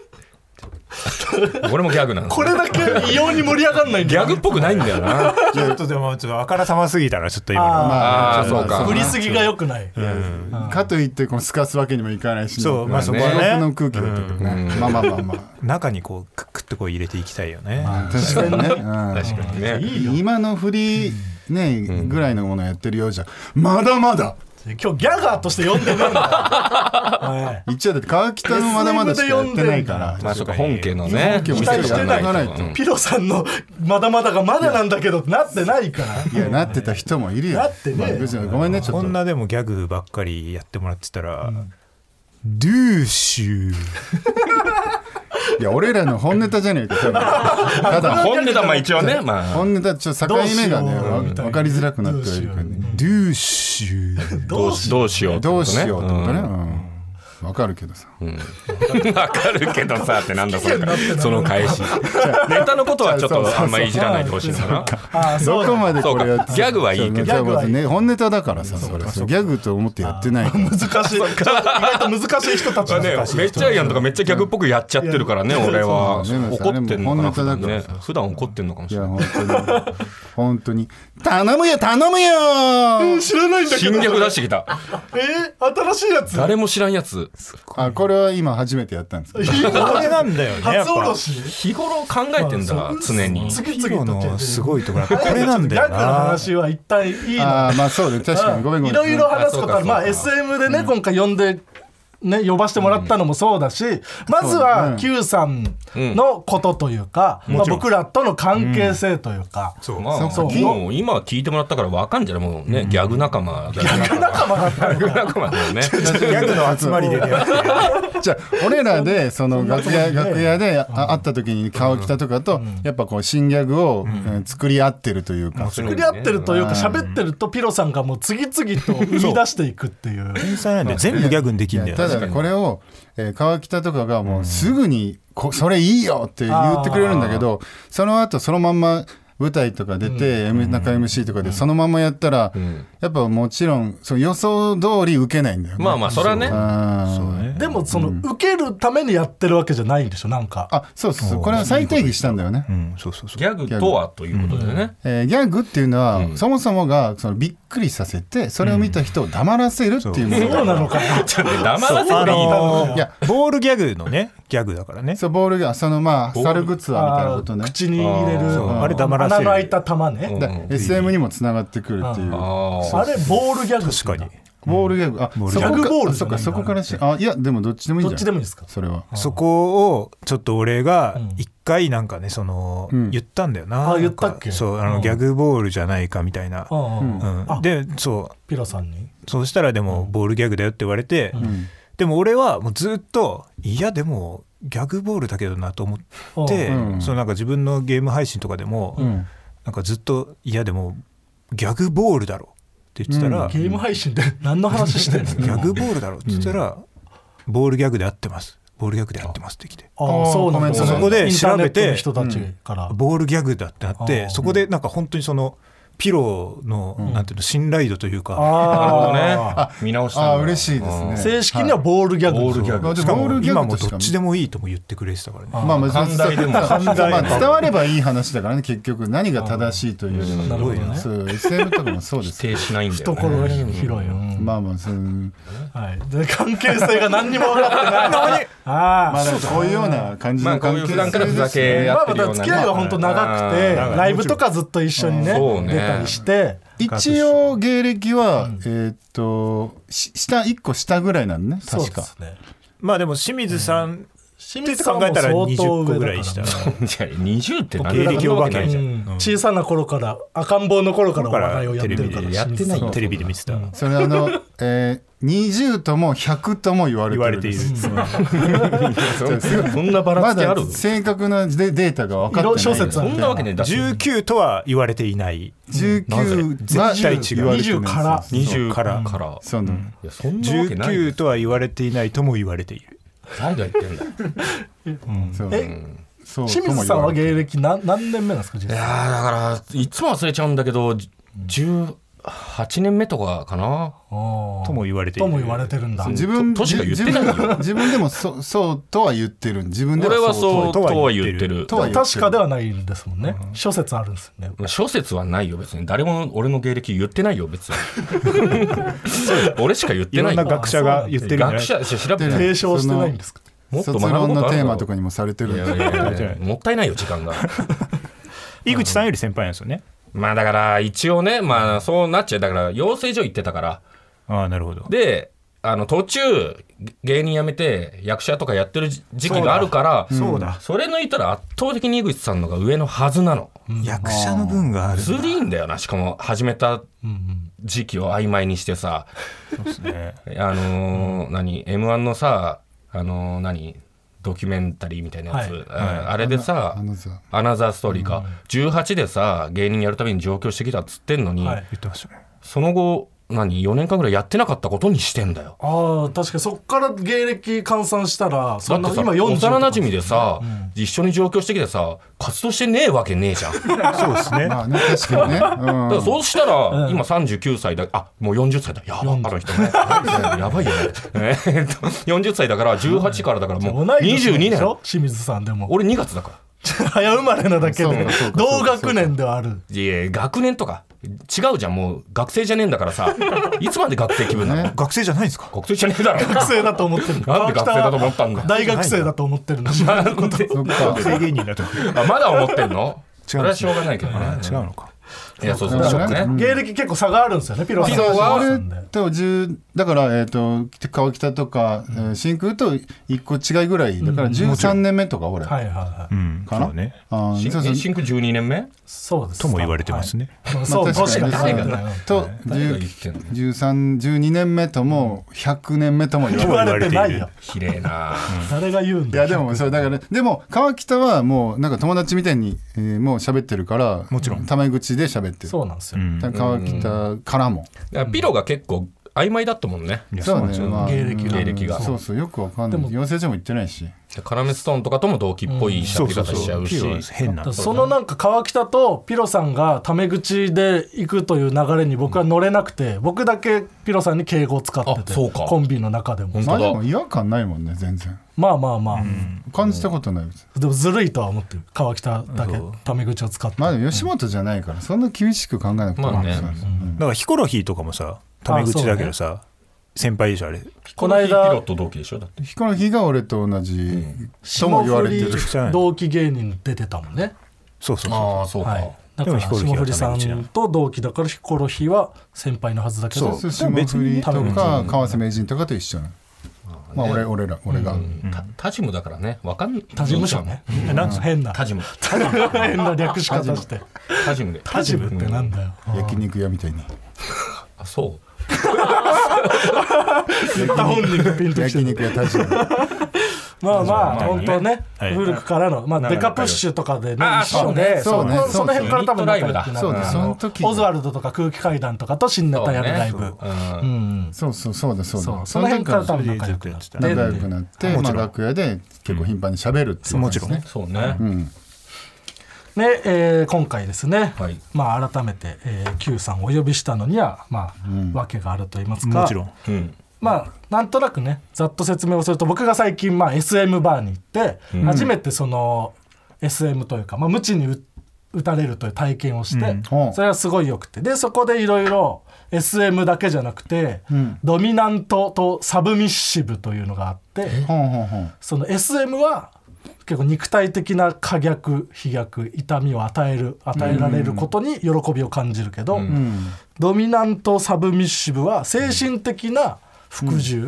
Speaker 4: 俺もギャグなの。
Speaker 3: これだけ異様に盛り上がんないんだよ。
Speaker 4: ギャグっぽくないんだよな。
Speaker 2: ちょっとでもちょっとあからさますぎたらちょっと今の
Speaker 5: ま
Speaker 4: あーそうか
Speaker 3: 振りすぎが良くない。
Speaker 5: かといってこのすかすわけにもいかないしね。
Speaker 2: そうまあそこはね
Speaker 5: 地獄の空気だったけどね。まあまあまあまあ。
Speaker 2: 中にこうクックッとこう入れていきたいよね。
Speaker 5: 確かにね。
Speaker 4: 確かにね。
Speaker 5: 今の振りねぐらいのものやってるようじゃまだまだ。
Speaker 3: 今日ギャガーとして呼んでねえんだ。
Speaker 5: 一応だって川北のまだまだしかやってないから。
Speaker 4: まあそうか、本家のね。
Speaker 5: 本家も
Speaker 3: 期待してない
Speaker 5: やらないと。
Speaker 3: ピロさんのまだまだがまだなんだけどってなってないから。
Speaker 5: いやなってた人もいるよ。
Speaker 3: なってね
Speaker 5: まあ別にごめんねちょっと。
Speaker 2: こんなでもギャグばっかりやってもらってたら、ドゥーシュー
Speaker 5: いや俺らの本ネタじゃねえか多分。ただ
Speaker 4: 本ネタ、まあ一応ね、まあ。
Speaker 5: 本ネタちょっと境目がね
Speaker 3: どうしようみたいな
Speaker 5: 分かりづらくなってはいるからね。
Speaker 2: ドゥーシュー
Speaker 4: どうしどうしようって
Speaker 5: どう
Speaker 4: ことね。
Speaker 5: しようってことね。うん分かるけどさ。
Speaker 4: わかるけどさってなんだそれその返し。ネタのことはちょっとあんまりいじらないでほしいのかな。
Speaker 5: どこまでこれやって
Speaker 4: ギャグはいいけど。
Speaker 5: ギャグはね本ネタだからさそれギャグと思ってやってないから。
Speaker 3: 難しい。意外と難しい人たち
Speaker 4: ね、めっちゃイアンとかめっちゃギャグっぽくやっちゃってるからね、俺は。怒ってんのかな、普段ね。普段怒ってんのかもし
Speaker 5: いや
Speaker 4: れない。
Speaker 5: 本当に本当に頼むよ頼むよ。
Speaker 3: 知らないんだけど。
Speaker 4: 新ギャグ出してきた。
Speaker 3: え新しいやつ。
Speaker 4: 誰も知らんやつ。
Speaker 5: あこれは今初めてやったんですけど。
Speaker 2: これなんだよねやっぱ
Speaker 3: 初おろし。
Speaker 4: 日頃考えてんだ、常に。
Speaker 3: 次
Speaker 2: ヒロ
Speaker 3: 々と
Speaker 2: のすごいところこれなんだよ
Speaker 3: ギャグの
Speaker 2: な。
Speaker 3: 話は一体いいの。
Speaker 5: ああまあそうで確かにごめんごめん。
Speaker 3: いろいろ話すことある。まあ
Speaker 4: あそうか
Speaker 3: エスエム でね今回呼んでね、呼ばせてもらったのもそうだし、まずは Q さんのことというか、まあ、僕らとの関係性というか、
Speaker 2: そう
Speaker 4: まあ、
Speaker 3: そう
Speaker 4: もう今聞いてもらったから分かんじゃないもうね、ギャグ仲間ギ
Speaker 3: ャグ仲間だったのか。
Speaker 4: 仲間だよね。
Speaker 2: ギャグの集まりで出会って
Speaker 5: じゃあ俺らでその楽屋楽屋であ会った時に川北とかとやっぱこう新ギャグをうん作り合ってるというか。
Speaker 3: 作り合ってるというか喋ってるとピロさんがもう次々と生み出していくっていう。
Speaker 2: 天才なんで全部ギャグにできんだよね。
Speaker 5: ただこれをえー川北とかがもうすぐにこそれいいよって言ってくれるんだけどその後そのまんま舞台とか出て、うん、中 エムシー とかでそのままやったら、うん、やっぱもちろんその予想通り受けないんだよね。
Speaker 4: まあまあそれはね。
Speaker 5: そう
Speaker 3: ねでもその、うん、受けるためにやってるわけじゃないんでしょなんか。
Speaker 5: あそうそうそうこれは再定義したんだよね。
Speaker 2: うんそうそうそう
Speaker 4: ギャグとはということでね、
Speaker 5: うんえー、ギャグっていうのは、うん、そもそもがそのびっくりさせてそれを見た人を黙らせるっていうもの、
Speaker 3: うん、そうなのかな
Speaker 4: ちょっと黙らせていい
Speaker 2: のいやボールギャグのねギャグだからね。
Speaker 5: そうボールギャグそのまあサルグツアーみたいなことね。
Speaker 3: 口に入れる
Speaker 2: あ, あれ黙らせる
Speaker 3: 穴の開いた玉ね、
Speaker 5: うん、エスエム にもつながってくるっていう。
Speaker 3: あ, あれボールギャグ
Speaker 2: 確かに
Speaker 5: ボールギャグあ
Speaker 3: ギャグボール
Speaker 5: そっかそこからしあいやでもどっちでもいいんじゃない。
Speaker 3: どっちでもいいですか
Speaker 5: それは。
Speaker 2: そこをちょっと俺が一回なんかねその、うん、言ったんだよな。
Speaker 3: あ言ったっけ。
Speaker 2: そうあの、うん、ギャグボールじゃないかみたいな、うんうん、でそう
Speaker 3: ピロさんに
Speaker 2: そうしたらでもボールギャグだよって言われて、うん、でも俺はもうずっといやでもギャグボールだけどなと思って、うん、そのなんか自分のゲーム配信とかでも、うん、なんかずっといやでもギャグボールだろって言ってたら、
Speaker 3: うん、ゲーム配信で何の話してるの
Speaker 2: ギャグボールだろって言ったら、うん、ボールギャグで合ってますボールギャグで合ってますって来て
Speaker 3: ああそうなんですね。
Speaker 2: そこで調べて
Speaker 3: 人たちから、
Speaker 2: うん、ボールギャグだってなってそこでなんか本当にそのピロの、うん、なんていうの信頼度というか、
Speaker 4: ああ、ね、あ見直したんだ。
Speaker 5: あ嬉しいですね。
Speaker 3: 正式にはボールギャグ、
Speaker 4: ボールギャグ
Speaker 2: しかも今もどっちでもいいとも言ってくれてたからね。
Speaker 5: あまあまあ
Speaker 4: 寛大でも
Speaker 5: 寛大まあ伝わればいい話だからね結局何が正しいという
Speaker 3: なるほどね。
Speaker 5: そう エスエム とかもそうです。
Speaker 4: 否定しないんだよね。
Speaker 3: 懐が広いよ。
Speaker 5: まあまあそう
Speaker 3: はいで関係性が何にも分かってない。ああ
Speaker 5: まあこういうような感じの関係性ですね。
Speaker 4: まあこういう普段からふざけやってるような。
Speaker 3: まあまあ付き合いは本当長くてライブとかずっと一緒にね出たりして。
Speaker 5: 一応芸歴は、うん、えー、っと下いっこ下ぐらいなのね確か。
Speaker 3: そうですね。
Speaker 2: まあでも清水さん
Speaker 3: 清水さんも相当上だから、ね、
Speaker 2: にじゅっこぐらいした
Speaker 4: にじゅうって何
Speaker 2: 芸歴お化けないじゃん、
Speaker 3: うん、小さな頃から赤ん坊の頃からお笑いをやってるから
Speaker 4: やってないよ
Speaker 2: テレビで見てた、うん、
Speaker 5: それあの、えーにじゅうともひゃくとも言われてる
Speaker 2: 言われている、うん、
Speaker 4: そんなばらつきある？
Speaker 5: まだ正確なデータが分かってない。
Speaker 3: 諸説ある。
Speaker 4: そんなわけねえだ。
Speaker 2: じゅうきゅうとは言われていない。
Speaker 5: じゅうきゅう
Speaker 2: 絶対違う。
Speaker 3: にじゅうから
Speaker 4: にじゅう
Speaker 2: から
Speaker 4: から
Speaker 5: そう、うん、
Speaker 4: いやそんなわけない。
Speaker 2: じゅうきゅうとは言われていないとも言われている。
Speaker 4: 誰が言ってんだ。
Speaker 3: うん、そう、え、
Speaker 5: そう
Speaker 3: 清水さんは芸歴 何, 何年目なんですか？
Speaker 4: いやだからいつも忘れちゃうんだけどじゅうはちねんめとかかな
Speaker 2: とも言われている。
Speaker 3: とも言われてるんだ。
Speaker 5: 自分
Speaker 4: としか言ってないよ。
Speaker 5: 自分でも そ, そうとは言ってる。自分では
Speaker 4: 俺はそうとは言ってる。
Speaker 3: 確かではないんですもんね。うん、諸説あるんですよね。
Speaker 4: 諸説はないよ別に。誰も俺の芸歴言ってないよ別に。俺しか言ってない。
Speaker 2: いろんな学者が言ってるんじゃない？
Speaker 4: 学者調べて
Speaker 3: 提唱してないんですか？
Speaker 5: もっと卒論のテーマとかにもされてるんで。
Speaker 4: いやいやいやもったいないよ時間が。
Speaker 2: 井口さんより先輩なんですよね。
Speaker 4: まあだから一応ねまあそうなっちゃう。だから養成所行ってたから。
Speaker 2: ああなるほど。
Speaker 4: であの途中芸人辞めて役者とかやってる時期があるから
Speaker 2: そうだ、うん、
Speaker 4: それ抜いたら圧倒的に井口さんのが上のはずなの、
Speaker 2: うん、役者の分がある
Speaker 4: ずるいんだよな。しかも始めた時期を曖昧にしてさ、
Speaker 2: そうですね、
Speaker 4: あのーうん、何 エムワン のさあのー、何ドキュメンタリーみたいなやつ、はいあ, あれでさアナ, アナザーストーリーか、うん、じゅうはちでさ芸人やるために上京してきたっつってんのに、はい、
Speaker 2: 言ってましたね。
Speaker 4: その後何よねんかんぐらいやってなかったことにしてんだよ。
Speaker 3: ああ確かにそっから芸歴換算したらそんな
Speaker 4: だってさ
Speaker 3: 今よんじゅう
Speaker 4: 幼馴染でさ、うん、一緒に上京してきてさ活動してねえわけねえじゃん。
Speaker 2: そうですね。
Speaker 5: まあね確かにね、うん、だ
Speaker 4: からそうしたら、うん、今さんじゅうきゅうさいだあもうよんじゅっさいだやばあの人ねやばいよねよんじゅっさいだからじゅうはちからだからもうにじゅうにねん
Speaker 3: 清水さんでも
Speaker 4: 俺にがつだから
Speaker 3: 早生まれなだけで同学年ではある。
Speaker 4: いや学年とか違うじゃん。もう学生じゃねえんだからさいつまで学生気分なの、ね、
Speaker 2: 学生じゃないんですか？
Speaker 4: 学生じゃねえだろ。
Speaker 3: 学生だと思ってる。
Speaker 4: なんで学生だと思ったんだ。
Speaker 3: 大学生だと思ってるの。
Speaker 2: 学生芸人だと
Speaker 4: あまだ思ってんの？それはしょうがないけどね。
Speaker 2: 違うのか。
Speaker 4: いやそうそうそうね、
Speaker 3: 芸歴結構差があるんですよね。ピロさん
Speaker 5: は俺とじゅうだから、えー、と川北とか、うんえー、真空といっこ違いぐらいだからじゅうさんねんめとか俺、うん、
Speaker 3: はいはいはい、
Speaker 2: うん、
Speaker 5: かな、
Speaker 2: そうね、
Speaker 5: あ
Speaker 4: 真空真空じゅうにねんめ
Speaker 3: そうです
Speaker 2: とも言われてますね、
Speaker 3: はい、そう確かに
Speaker 4: 誰が
Speaker 5: とじゅうさん、じゅうにねんめともひゃくねんめとも言われてる。
Speaker 3: 言われてないよ。
Speaker 4: 綺麗な
Speaker 3: 誰が言うんだ。
Speaker 5: いやでもそうだから、ね、でも川北はもうなんか友達みたいに、えー、もう喋ってるから
Speaker 2: もちろん
Speaker 5: タメ口で喋ってる。
Speaker 3: そうなんですよ、うん、
Speaker 5: 川北からも、
Speaker 4: うん、ピロが結構曖昧だったもんね。
Speaker 5: そうね、まあ、
Speaker 3: 芸歴が
Speaker 4: 芸歴が
Speaker 5: そうそうよくわかんない。養成所も行ってないし
Speaker 4: カラメストーンとかとも同期っぽい喋り方しちゃうし、うん、
Speaker 2: 変な
Speaker 3: そのなんか川北とピロさんがタメ口で行くという流れに僕は乗れなくて、僕だけピロさんに敬語を使っててコンビの中でも。
Speaker 5: まあでも違和感ないもんね全然。
Speaker 3: まあまあまあ、うん、
Speaker 5: 感じたことない、うん、
Speaker 3: でもずるいとは思ってる。川北だけタメ口を使って。
Speaker 5: まあでも吉本じゃないからそんな厳しく考えなくてもいい、まあねうん、
Speaker 2: だからヒコロヒーとかもさタメ口だけどさ、先輩でしょあれ。
Speaker 4: この間ピロと同期でしょ。だって
Speaker 5: ヒコロヒーが俺と同じ、うん、とも言われてる。
Speaker 3: 同期芸人出てたもんね。
Speaker 2: そうそうそう。
Speaker 4: ああそうか、はい、
Speaker 3: だから霜降りさんと同期だからヒコロヒーは先輩のはずだけど、
Speaker 5: そう霜降りとか川瀬名人とかと一緒なの。まあ俺俺ら俺が、うん、
Speaker 4: タジムだからねわかんない。
Speaker 3: 他事務所ね。なんか変な
Speaker 4: タジム
Speaker 3: 変な略し方して
Speaker 4: タジムで
Speaker 3: タジムってなんだよ。
Speaker 5: 焼肉屋みたいに。
Speaker 4: あそう
Speaker 3: 言った本人がピンときて
Speaker 5: 焼肉屋タジム。
Speaker 3: まあまあ本当ね古くからのまあデカプッシュとかでね一緒でその辺から多分仲良くなる。オズワルドとか空気階段とかと新ネタやるライブ。
Speaker 5: そうそうそうだそうだ。
Speaker 3: その辺から多分仲良くなって
Speaker 5: 仲良くなってまあ楽屋で結構頻繁に喋るっていう。
Speaker 2: もちろんね。
Speaker 4: そうね。
Speaker 3: で、えー、今回ですね、はい、まあ改めて、えー、Q さんをお呼びしたのにはまあ、うん、訳があると言いますか。
Speaker 2: もちろん。うん、
Speaker 3: まあなんとなくねざっと説明をすると、僕が最近まあ エスエム バーに行って、うん、初めてその エスエム というか、まあ、無知に打たれるという体験をして、うん、それはすごいよくて、でそこでいろいろ エスエム だけじゃなくて、うん、ドミナントとサブミッシブというのがあって、うん、その エスエム は結構肉体的な可逆飛逆痛みを与える与えられることに喜びを感じるけど、うん、ドミナントサブミッシブは精神的な服従、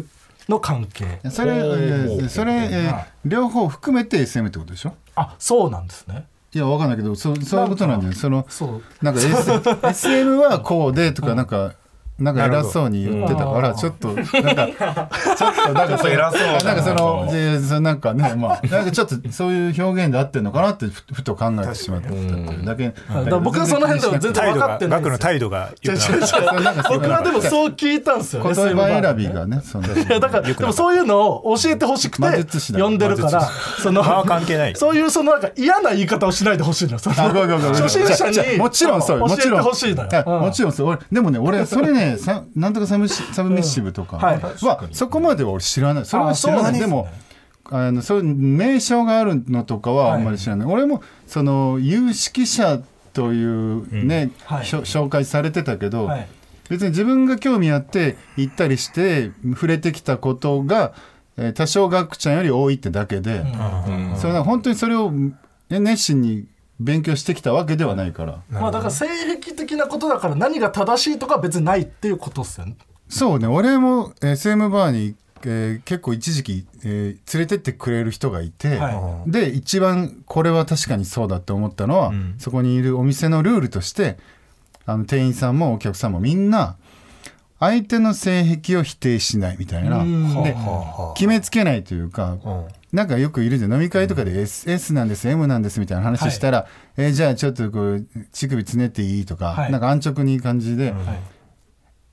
Speaker 3: の関係。
Speaker 5: それ、えー、それ、えー、両方含めて エスエム ってことでしょ。
Speaker 3: あ、そうなんですね。
Speaker 5: いや分かんないけど、そそういうことなんだよ。その
Speaker 3: そう
Speaker 5: なんか エスエスエム はこうでとかなんか。なんか偉そうに言ってたからちょっとなんかちょっとなんか
Speaker 4: 偉そう
Speaker 5: なんかそのでそなんかねまあなんかちょっとそういう表現で合ってるのかなってふふと考えてしまったっていうだけ。
Speaker 3: だから僕はその辺でも全然分かってないですよ。
Speaker 2: 学の態度が
Speaker 3: 僕はでもそう聞いたんですよ。
Speaker 5: 言葉選びがね。その
Speaker 3: いやだからでもそういうのを教えてほしくて読んでるからその
Speaker 2: 関係ない
Speaker 3: そういうそのなんか嫌な言い方をしないでほしいの。初心者に
Speaker 5: もちろんそう
Speaker 3: 教えてほしいのよ。
Speaker 5: もちろんそう。でもね俺それねなんとかサブミッシブとかはそこまでは俺知らない。それは知らない。でもあのそういう名称があるのとかはあんまり知らない。俺もその有識者というね紹介されてたけど別に自分が興味あって行ったりして触れてきたことが多少学ちゃんより多いってだけでそれは本当にそれを熱心に勉強してきたわけではないから。
Speaker 3: まあだから性癖的なことだから何が正しいとかは別にないっていうことっすよね。
Speaker 5: そうね。俺も エスエム バーに、えー、結構一時期、えー、連れてってくれる人がいて、はい、で一番これは確かにそうだって思ったのは、うん、そこにいるお店のルールとしてあの店員さんもお客さんもみんな相手の性癖を否定しないみたいなで決めつけないというか、なんかよくいるじゃん飲み会とかで S, S なんです M なんですみたいな話したら、はいえー、じゃあちょっとこう乳首つねっていいとか、はい、なんか安直に感じで、はい、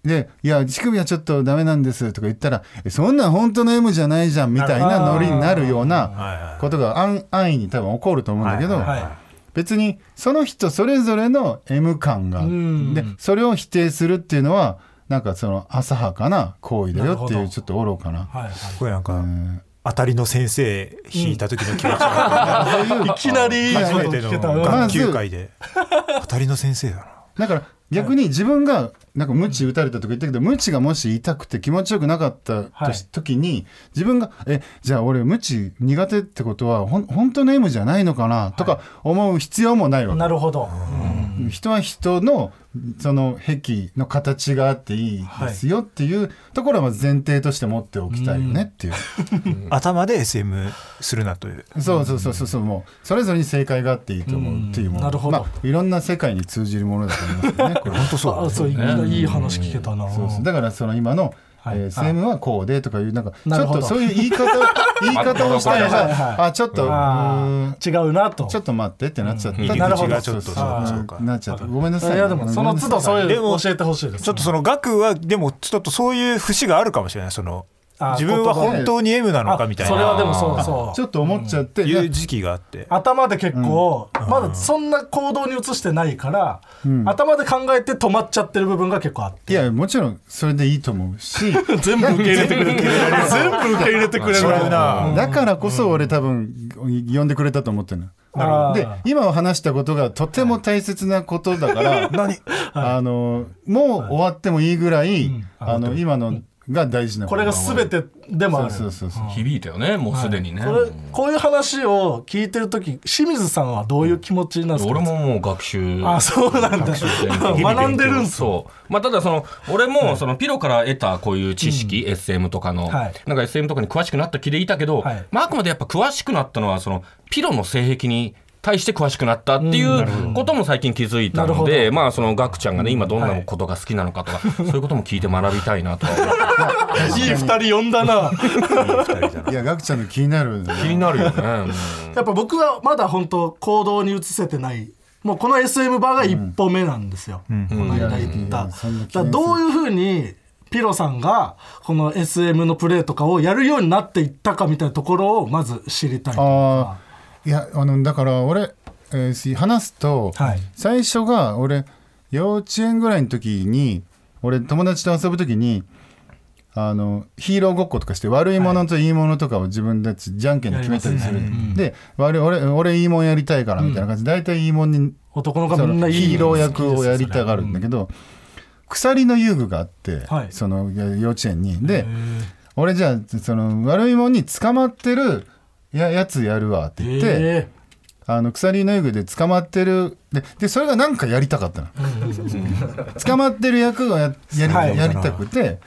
Speaker 5: でいや乳首はちょっとダメなんですとか言ったらそんなん本当の M じゃないじゃんみたいなノリになるようなことが安易に多分起こると思うんだけど、はいはいはい、別にその人それぞれの M 感がでそれを否定するっていうのはなんかその浅はかな行為だよっていうちょっと愚かな、はいはい、
Speaker 2: これなんか、うん当たりの先生引いた時の気持ちが、
Speaker 3: うん、いきなり
Speaker 2: 初めての学級会で当たりの先生だな。
Speaker 5: だから逆に自分がなんか鞭打たれたとか言ったけど鞭がもし痛くて気持ちよくなかった時に自分がえじゃあ俺鞭苦手ってことはほん本当の M じゃないのかなとか思う必要もないわけ。
Speaker 3: なるほど、
Speaker 5: うん、人は人のその癖の形があっていいですよっていうところはまず前提として持っておきたいよねっていう、
Speaker 2: うん、頭で エスエム するなという
Speaker 5: そうそうそうそうもうそれぞれに正解があっていいと思うっていうもの、なるほど、まあ、いろんな世界に通じるものだと思いますねこれ本当そう、
Speaker 3: あそういい、いい話聞けたな、
Speaker 5: そうそうだからその今のはいえー、エスエム はこうでとかいうなんかちょっとそういう言い方言い方をしたらさ、はいはい、あちょっと
Speaker 3: あ違うなと
Speaker 5: ちょっと待ってってなっちゃった、うん、
Speaker 2: なるほどちょっとそう
Speaker 5: なっちゃったごめんなさい、ね、
Speaker 3: いやでもその都度そういうの教えてほしいです、ね、
Speaker 2: ちょっとその学はでもちょっとそういう節があるかもしれないその自分は本当に M なのかみたいな
Speaker 3: それはでもそうそう
Speaker 5: ちょっと思っちゃって、
Speaker 2: うん、いう時期があって
Speaker 3: 頭で結構、うん、まだそんな行動に移してないから、うん、頭で考えて止まっちゃってる部分が結構あって
Speaker 5: いやもちろんそれでいいと思うし
Speaker 3: 全部受け入れてくれて全部受け入れてくれる
Speaker 5: なだからこそ俺多分呼んでくれたと思ってるので今話したことがとても大切なことだから、はい、あのもう終わってもいいぐらい、はい、あの今のが大事な
Speaker 3: これが全てでもある
Speaker 5: そうそうそう
Speaker 4: 響いたよねもうすでにね、
Speaker 3: はい、これこういう話を聞いてるとき清水さんはどういう気持ちなんですか。
Speaker 4: 俺ももう学習
Speaker 3: あそうなんだ学んでるんす
Speaker 4: そう、まあ、ただその俺もそのピロから得たこういう知識、うん、エスエム とかの、はい、なんか エスエム とかに詳しくなった気でいたけど、はいまあ、あくまでやっぱ詳しくなったのはそのピロの性癖に対して詳しくなったっていうことも最近気づいたので、うん、まあそのガクちゃんがね今どんなことが好きなのかとか、はい、そういうことも聞いて学びたいなと
Speaker 3: いい二人呼んだ
Speaker 5: ないやガクちゃんの気になる、
Speaker 4: ね、気になるよね、うん、
Speaker 3: やっぱ僕はまだ本当行動に移せてないもうこの エスエム バーが一歩目なんですよ、うん、この間言った、うん、だからどういうふうにピロさんがこの エスエム のプレーとかをやるようになっていったかみたいなところをまず知りたいと
Speaker 5: あいやあのだから俺、えー、話すと、はい、最初が俺幼稚園ぐらいの時に俺友達と遊ぶ時にあのヒーローごっことかして悪いものといいものとかを自分たちじゃんけんで決めたりする、はいね、で悪い 俺, 俺いいもんやりたいからみたいな感じで、うん、大体いいもんに
Speaker 3: 男の子みんないい
Speaker 5: ヒーロー役をやりたがるんだけど、うん、鎖の遊具があって、はい、その幼稚園にで俺じゃあその悪いもんに捕まってるや, やつやるわって言って、えー、あの鎖の遊具で捕まってる で, でそれがなんかやりたかったの捕まってる役を や, や, り, やりたくて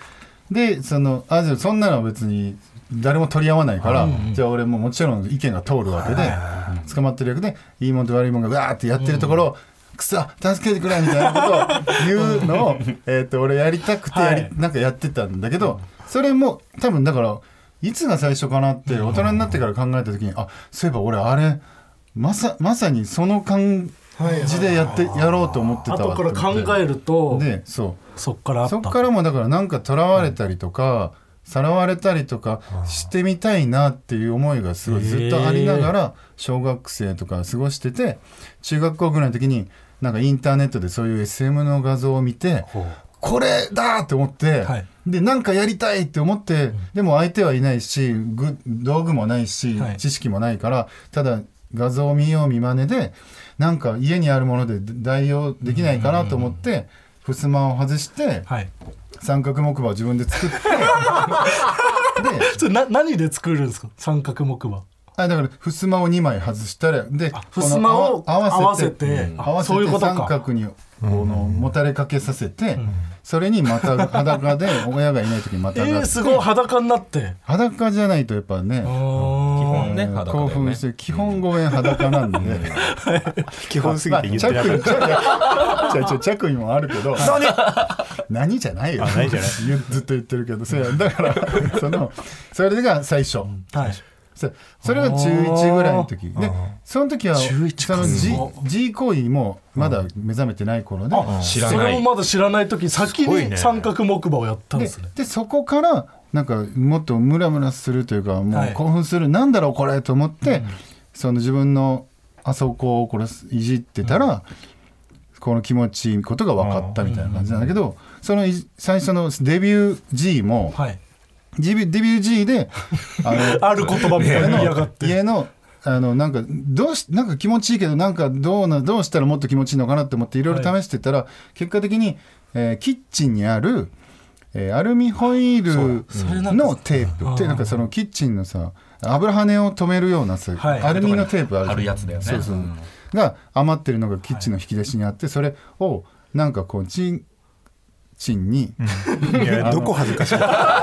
Speaker 5: でそのあじゃあそんなのは別に誰も取り合わないから、うん、じゃあ俺ももちろん意見が通るわけで、うん、捕まってる役でいいもんと悪いもんがわーってやってるところを、うんくそ助けてくれみたいなことを言うのをえと俺やりたくてやり、はい、なんかやってたんだけどそれも多分だからいつが最初かなって大人になってから考えた時にあそういえば俺あれまさ、まさにその感じでやって、はいはい、やろうと思ってたわ
Speaker 3: 後から考えると
Speaker 5: でそう
Speaker 3: そっからあった
Speaker 5: そっからもだからなんかとらわれたりとかさらわれたりとかしてみたいなっていう思いがすごいずっとありながら小学生とか過ごしてて中学校ぐらいの時になんかインターネットでそういう エスエム の画像を見てこれだって思って、はい、でなんかやりたいって思って、うん、でも相手はいないしぐ道具もないし、はい、知識もないからただ画像を見よう見まねでなんか家にあるもので代用できないかなと思って襖を外して、はい、三角木馬を自分で作って
Speaker 3: でそれな何で作るんですか三角木馬
Speaker 5: あだから襖をにまい外したらで
Speaker 3: 襖を合わせて、
Speaker 5: うん、合わせて三角にこのもたれかけさせて、うん、それにまた裸で親がいない時にまたがって、
Speaker 3: えー、すごい裸になって
Speaker 5: 裸じゃないとやっぱね基
Speaker 4: 本ね裸だよね興奮して
Speaker 5: 基本ごめん裸なんで、ね、
Speaker 2: 基本すぎて言ってなか
Speaker 5: った着衣もあるけど何じゃないよ
Speaker 2: 何じゃない
Speaker 5: ずっと言ってるけどそれだからそのそれが最初、うんはいそ, それが中いちぐらいの時でその時はその G, G 行為もまだ目覚めてない頃で、
Speaker 3: うん、知らないそれもまだ知らない時先に三角木馬をやったんですね
Speaker 5: で, でそこからなんかもっとムラムラするというかもう興奮する、はい、なんだろうこれと思って、うん、その自分のあそこをこれいじってたら、うん、この気持ちいいことが分かったみたいな感じなんだけど、うん、その最初のデビュー G も、はいデビュー G で あ, の
Speaker 3: ある言葉みたいにやがって
Speaker 5: 家のあのなんかどうしなんか気持ちいいけどなんかどうなどうしたらもっと気持ちいいのかなって思っていろいろ試してたら、はい、結果的に、えー、キッチンにある、えー、アルミホイールのテープってなんかそのキッチンのさ油跳ねを止めるようなさ、はい、アルミのテープある
Speaker 4: あるやつだよね
Speaker 5: そうそう、うん、が余ってるのがキッチンの引き出しにあって、はい、それをなんかこうチンチンに、
Speaker 2: うん、いやどこ恥ずかしい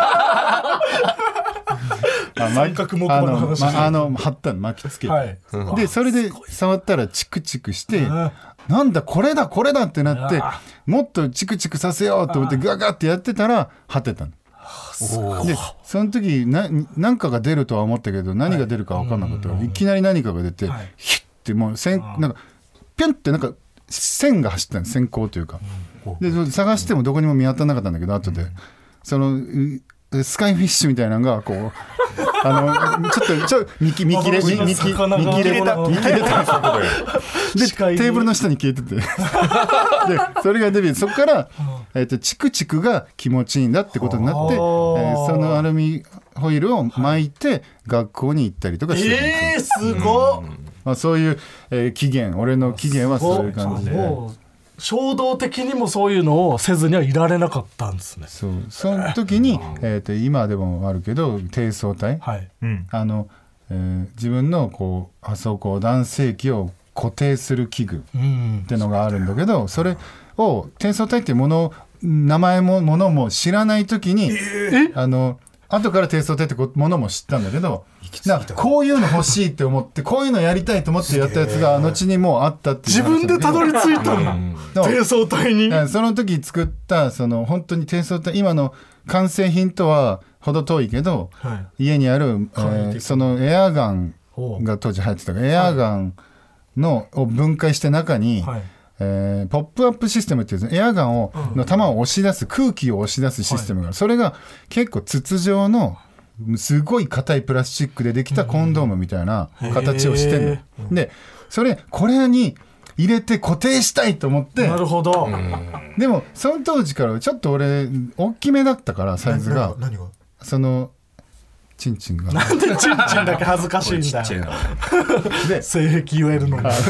Speaker 3: 三角木馬の話
Speaker 5: あの、ま、あの貼ったの巻きつけて、はい、でそれで触ったらチクチクしてなんだこれだこれだってなってもっとチクチクさせようと思ってガガってやってたら果てたのでその時な何かが出るとは思ったけど何が出るか分かんなかったから、はい、いきなり何かが出て、はい、ヒッてもう線なんかピュンってなんか線が走ったの線香というか、うん、で探してもどこにも見当たらなかったんだけど後で、うん、そのスカイフィッシュみたいなのがこうあのちょっとちょっと見切れ見切れ見切れ見切れた見切れたんですよでテーブルの下に消えててでそれがデビューそこから、えー、とチクチクが気持ちいいんだってことになって、えー、そのアルミホイールを巻いて学校に行ったりとかしてるんですよ、
Speaker 3: えー、すごっ、
Speaker 5: まあ、そういう、えー、起源俺の起源はそういう感じで
Speaker 3: 衝動的にもそういうのをせずにはいられなかったんですね。
Speaker 5: そうその時に、えー、と今でもあるけど低層体、はいあのえー、自分のこうあそこ男性器を固定する器具ってのがあるんだけど、うん、それを低層体っていうもの名前もものも知らない時に、えー、あの後から低層体ってものも知ったんだけどなこういうの欲しいって思ってこういうのやりたいと思ってやったやつが後にもうあったっていう
Speaker 3: 自分でたどり着いたの低層体に
Speaker 5: その時作ったその本当に低層体今の完成品とは程遠いけど、はい、家にある、えー、そのエアガンが当時流行ってたからエアガンのを分解して中に、はいえー、ポップアップシステムっていうエアガンを、うん、の弾を押し出す空気を押し出すシステムがある、はい、それが結構筒状のすごい硬いプラスチックでできたコンドームみたいな形をしてるの、うん、でそれこれに入れて固定したいと思って
Speaker 3: なるほど
Speaker 5: でもその当時からちょっと俺大きめだったからサイズが
Speaker 3: 何が
Speaker 5: そのチンチンが
Speaker 3: なんでチンチンだけ恥ずかしいんだよで性癖言えるのにだ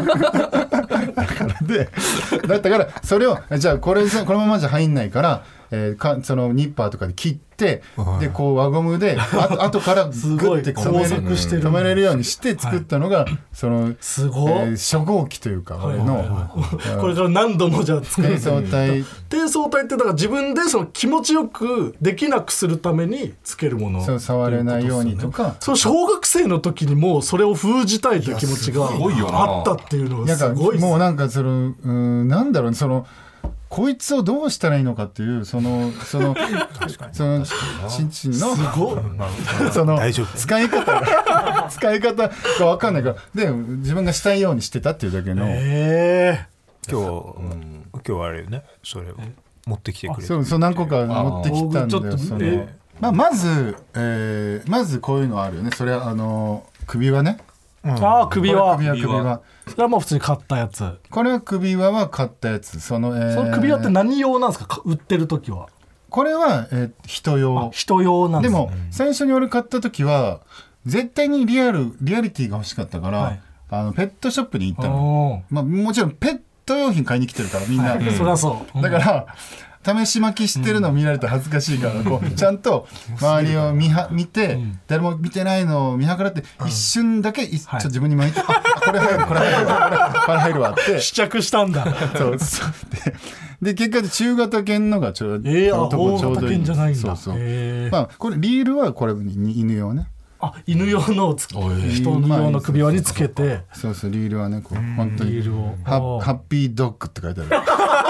Speaker 3: から
Speaker 5: でだったからそれをじゃあこれこのままじゃ入んないから、 えー、かそのニッパーとかで切ってでこう輪ゴムであ後からグッて留めれる留めれるようにして作ったのが、はい、その
Speaker 3: すごい、え
Speaker 5: ー、初号機というか俺の、はい
Speaker 3: はいはい、これから何度もじゃあ作る
Speaker 5: 低層体
Speaker 3: 低層体ってだから自分でその気持ちよくできなくするためにつけるもの
Speaker 5: そう触れないようにとか
Speaker 3: そう小学生の時にもうそれを封じたいという気持ちがあったっていうのがすごい
Speaker 5: もうなんかそのうんなんだろうそのこいつをどうしたらいいのかっていうそのそのそのちんちんの
Speaker 3: すごい
Speaker 5: その使い方が使い方が分かんないからで自分がしたいようにしてたっていうだけの、
Speaker 3: え
Speaker 2: ー、今日、うん、今日はあれよねそれを持ってきてくれて
Speaker 5: そうそう何個か持ってきたんだよその、えーまあ、まず、えー、まずこういうのあるよねそれはあの首輪ね
Speaker 3: うん、ああ首輪
Speaker 5: 首輪首輪
Speaker 3: それはもう普通に買ったやつ
Speaker 5: これは首輪は買ったやつその、えー、
Speaker 3: その首輪って何用なんですか売ってる時は
Speaker 5: これは、えー、人用
Speaker 3: 人用なんですね
Speaker 5: でも最初に俺買った時は絶対にリアルリアリティが欲しかったから、はい、あのペットショップに行ったの、まあ、もちろんペット用品買いに来てるからみんな、はい、
Speaker 3: そりゃそう、うん、
Speaker 5: だから試し巻きしてるのを見られたら恥ずかしいから、うん、こうちゃんと周りを 見, は見て、うん、誰も見てないのを見計らって、うん、一瞬だけ、うん、ちょっと自分に巻いて、はい、あこれ入るこれ入るこれ入るわって
Speaker 3: 試着したんだ
Speaker 5: そうそうで, で結果で中型犬のがちょうど、
Speaker 3: えー、大型犬じゃないんだ
Speaker 5: そうそう、えーまあ、これリールはこれ犬用ね
Speaker 3: あ犬用のをつ人用の首輪につけて
Speaker 5: そうそうリールはねこう本当に
Speaker 3: リールを
Speaker 5: ハッピードッグって書いてある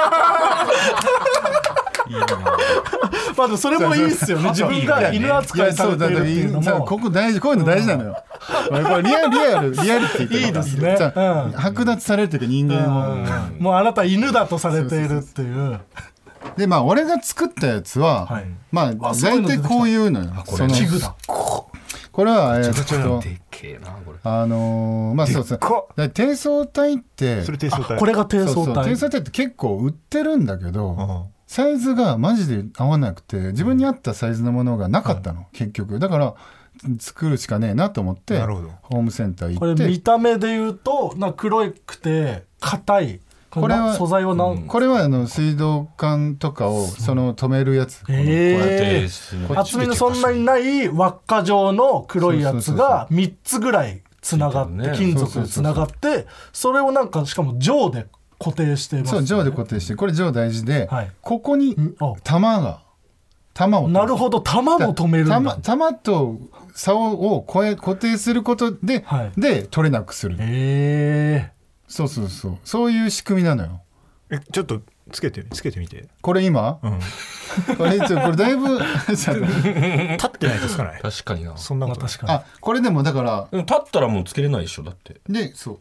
Speaker 3: いいなまあでもそれもいいっすよね自分が犬扱いされてるっていうのも
Speaker 5: ここ大事こういうの大事なのよ、うん、これリアリアルリアリティって
Speaker 3: いいですね、うん、
Speaker 5: 剥奪されるというか人間を、
Speaker 3: うん、もうあなた犬だとされているっていう
Speaker 5: でまあ俺が作ったやつは、はい、まあ大体こういうのよ
Speaker 3: これ器具だ
Speaker 5: これはえー、っと
Speaker 4: でっけえなこれ
Speaker 5: あのー、まあそうそう低層体って
Speaker 2: それ低層体
Speaker 3: これが低層体
Speaker 5: そうそう低層体って結構売ってるんだけど、うんサイズがマジで合わなくて自分に合ったサイズのものがなかったの、うん、結局だから作るしかねえなと思ってホームセンター行って
Speaker 3: これ見た目で言うとなんか黒くて硬いこれは素材は何、
Speaker 5: うん、これはあの水道管とかをその止めるやつ
Speaker 3: へえ厚みのそんなにない輪っか状の黒いやつがみっつぐらいつながって、ね、金属でつながってそれをなんかしかも錠で固定してます、ね、
Speaker 5: そう錠で固定してこれ錠大事で、はい、ここに玉が玉を
Speaker 3: なるほど玉も止めるんだ
Speaker 5: 玉, 玉と竿をこえ固定することで、はい、で取れなくする
Speaker 3: へえ
Speaker 5: そうそうそうそういう仕組みなのよ
Speaker 2: えちょっとつけてつけてみて
Speaker 5: これ今、うん、これこれだいぶ
Speaker 2: 立ってないとつかない
Speaker 4: 確かにな
Speaker 2: そんなこと
Speaker 3: 確かに
Speaker 5: あこれでもだから
Speaker 4: 立ったらもうつけれないでしょだって
Speaker 5: でそう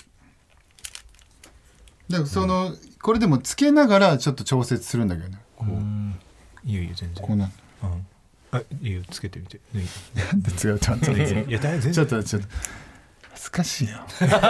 Speaker 5: でその、うん、これでもつけながらちょっと調節するんだけどねこう
Speaker 2: うんいいよいいよ全然
Speaker 5: こうな、
Speaker 2: うん、あいいよつけてみて
Speaker 5: なんで違うちゃんと
Speaker 2: いや全然
Speaker 5: ちょっとちょっと恥ずかしいよ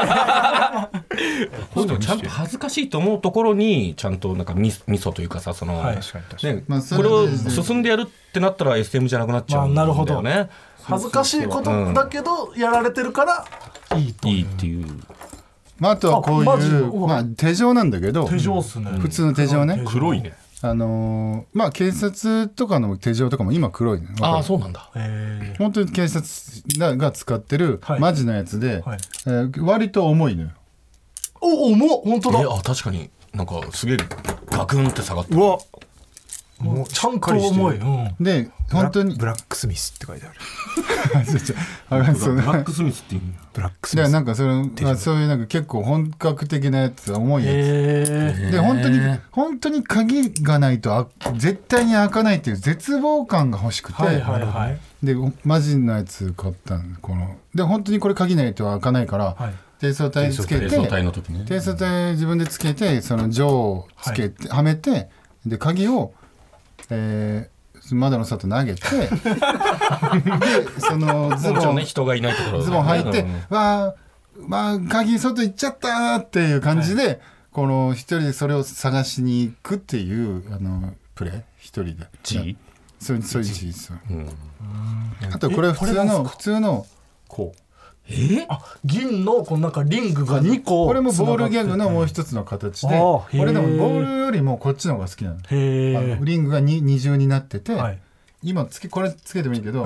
Speaker 4: ちゃんと恥ずかしいと思うところにちゃんとなんかミソというかさその、はい確かに確かにねまあ、これを進んでやるってなったら エスエム じゃなくなっちゃうんだよね、まあ、なるほど
Speaker 3: 恥ずかしいことだけどやられてるからいいという、
Speaker 4: いいっていう
Speaker 5: まあ、あとはこういうまあ、手錠なんだけど
Speaker 3: 手錠っすね
Speaker 5: 普通の手錠ね
Speaker 4: 黒いね
Speaker 5: あのー、まあ警察とかの手錠とかも今黒いね
Speaker 4: ああそうなんだ
Speaker 5: 本当に警察が使ってるマジのやつで、はいえー、割と重いのよ
Speaker 3: お重っ本当だ
Speaker 4: えあ確かになんかすげえガクンって下がって
Speaker 2: うわ
Speaker 3: もうちゃんと重い、うん、
Speaker 5: で本当に
Speaker 2: ブラックスミスって書いてある
Speaker 4: ブラックスミスっていう
Speaker 2: ブラックスミス
Speaker 5: なんかそれそういうなんか結構本格的なやつ重いやつで本当に本当に鍵がないと絶対に開かないっていう絶望感が欲しくて、はいはいはい、でマジのやつ買ったのこので本当にこれ鍵ないと開かないから、はい低層体つけて低層体の時ね低層体自分でつけてその錠をつけて、はい、はめてで鍵を、えー、窓の外投げてでそのズボン、
Speaker 4: ね、人がいないところ
Speaker 5: ズボン履いて、うん、わーまあ鍵外行っちゃったっていう感じで、はい、この一人でそれを探しに行くっていうあのプレイ一人で
Speaker 4: G？
Speaker 5: そうそういう G そう、うん、あとこれ普通の普通のこう
Speaker 4: え
Speaker 3: あ銀のこのなんかリングがにこ
Speaker 5: これもボールギャグのもう一つの形で、俺でもボールよりもこっちの方が好きなの。
Speaker 3: へ
Speaker 5: あのリングが 二, 二重になってて、
Speaker 3: はい、
Speaker 5: 今つけこれつけてもいいけど、うん、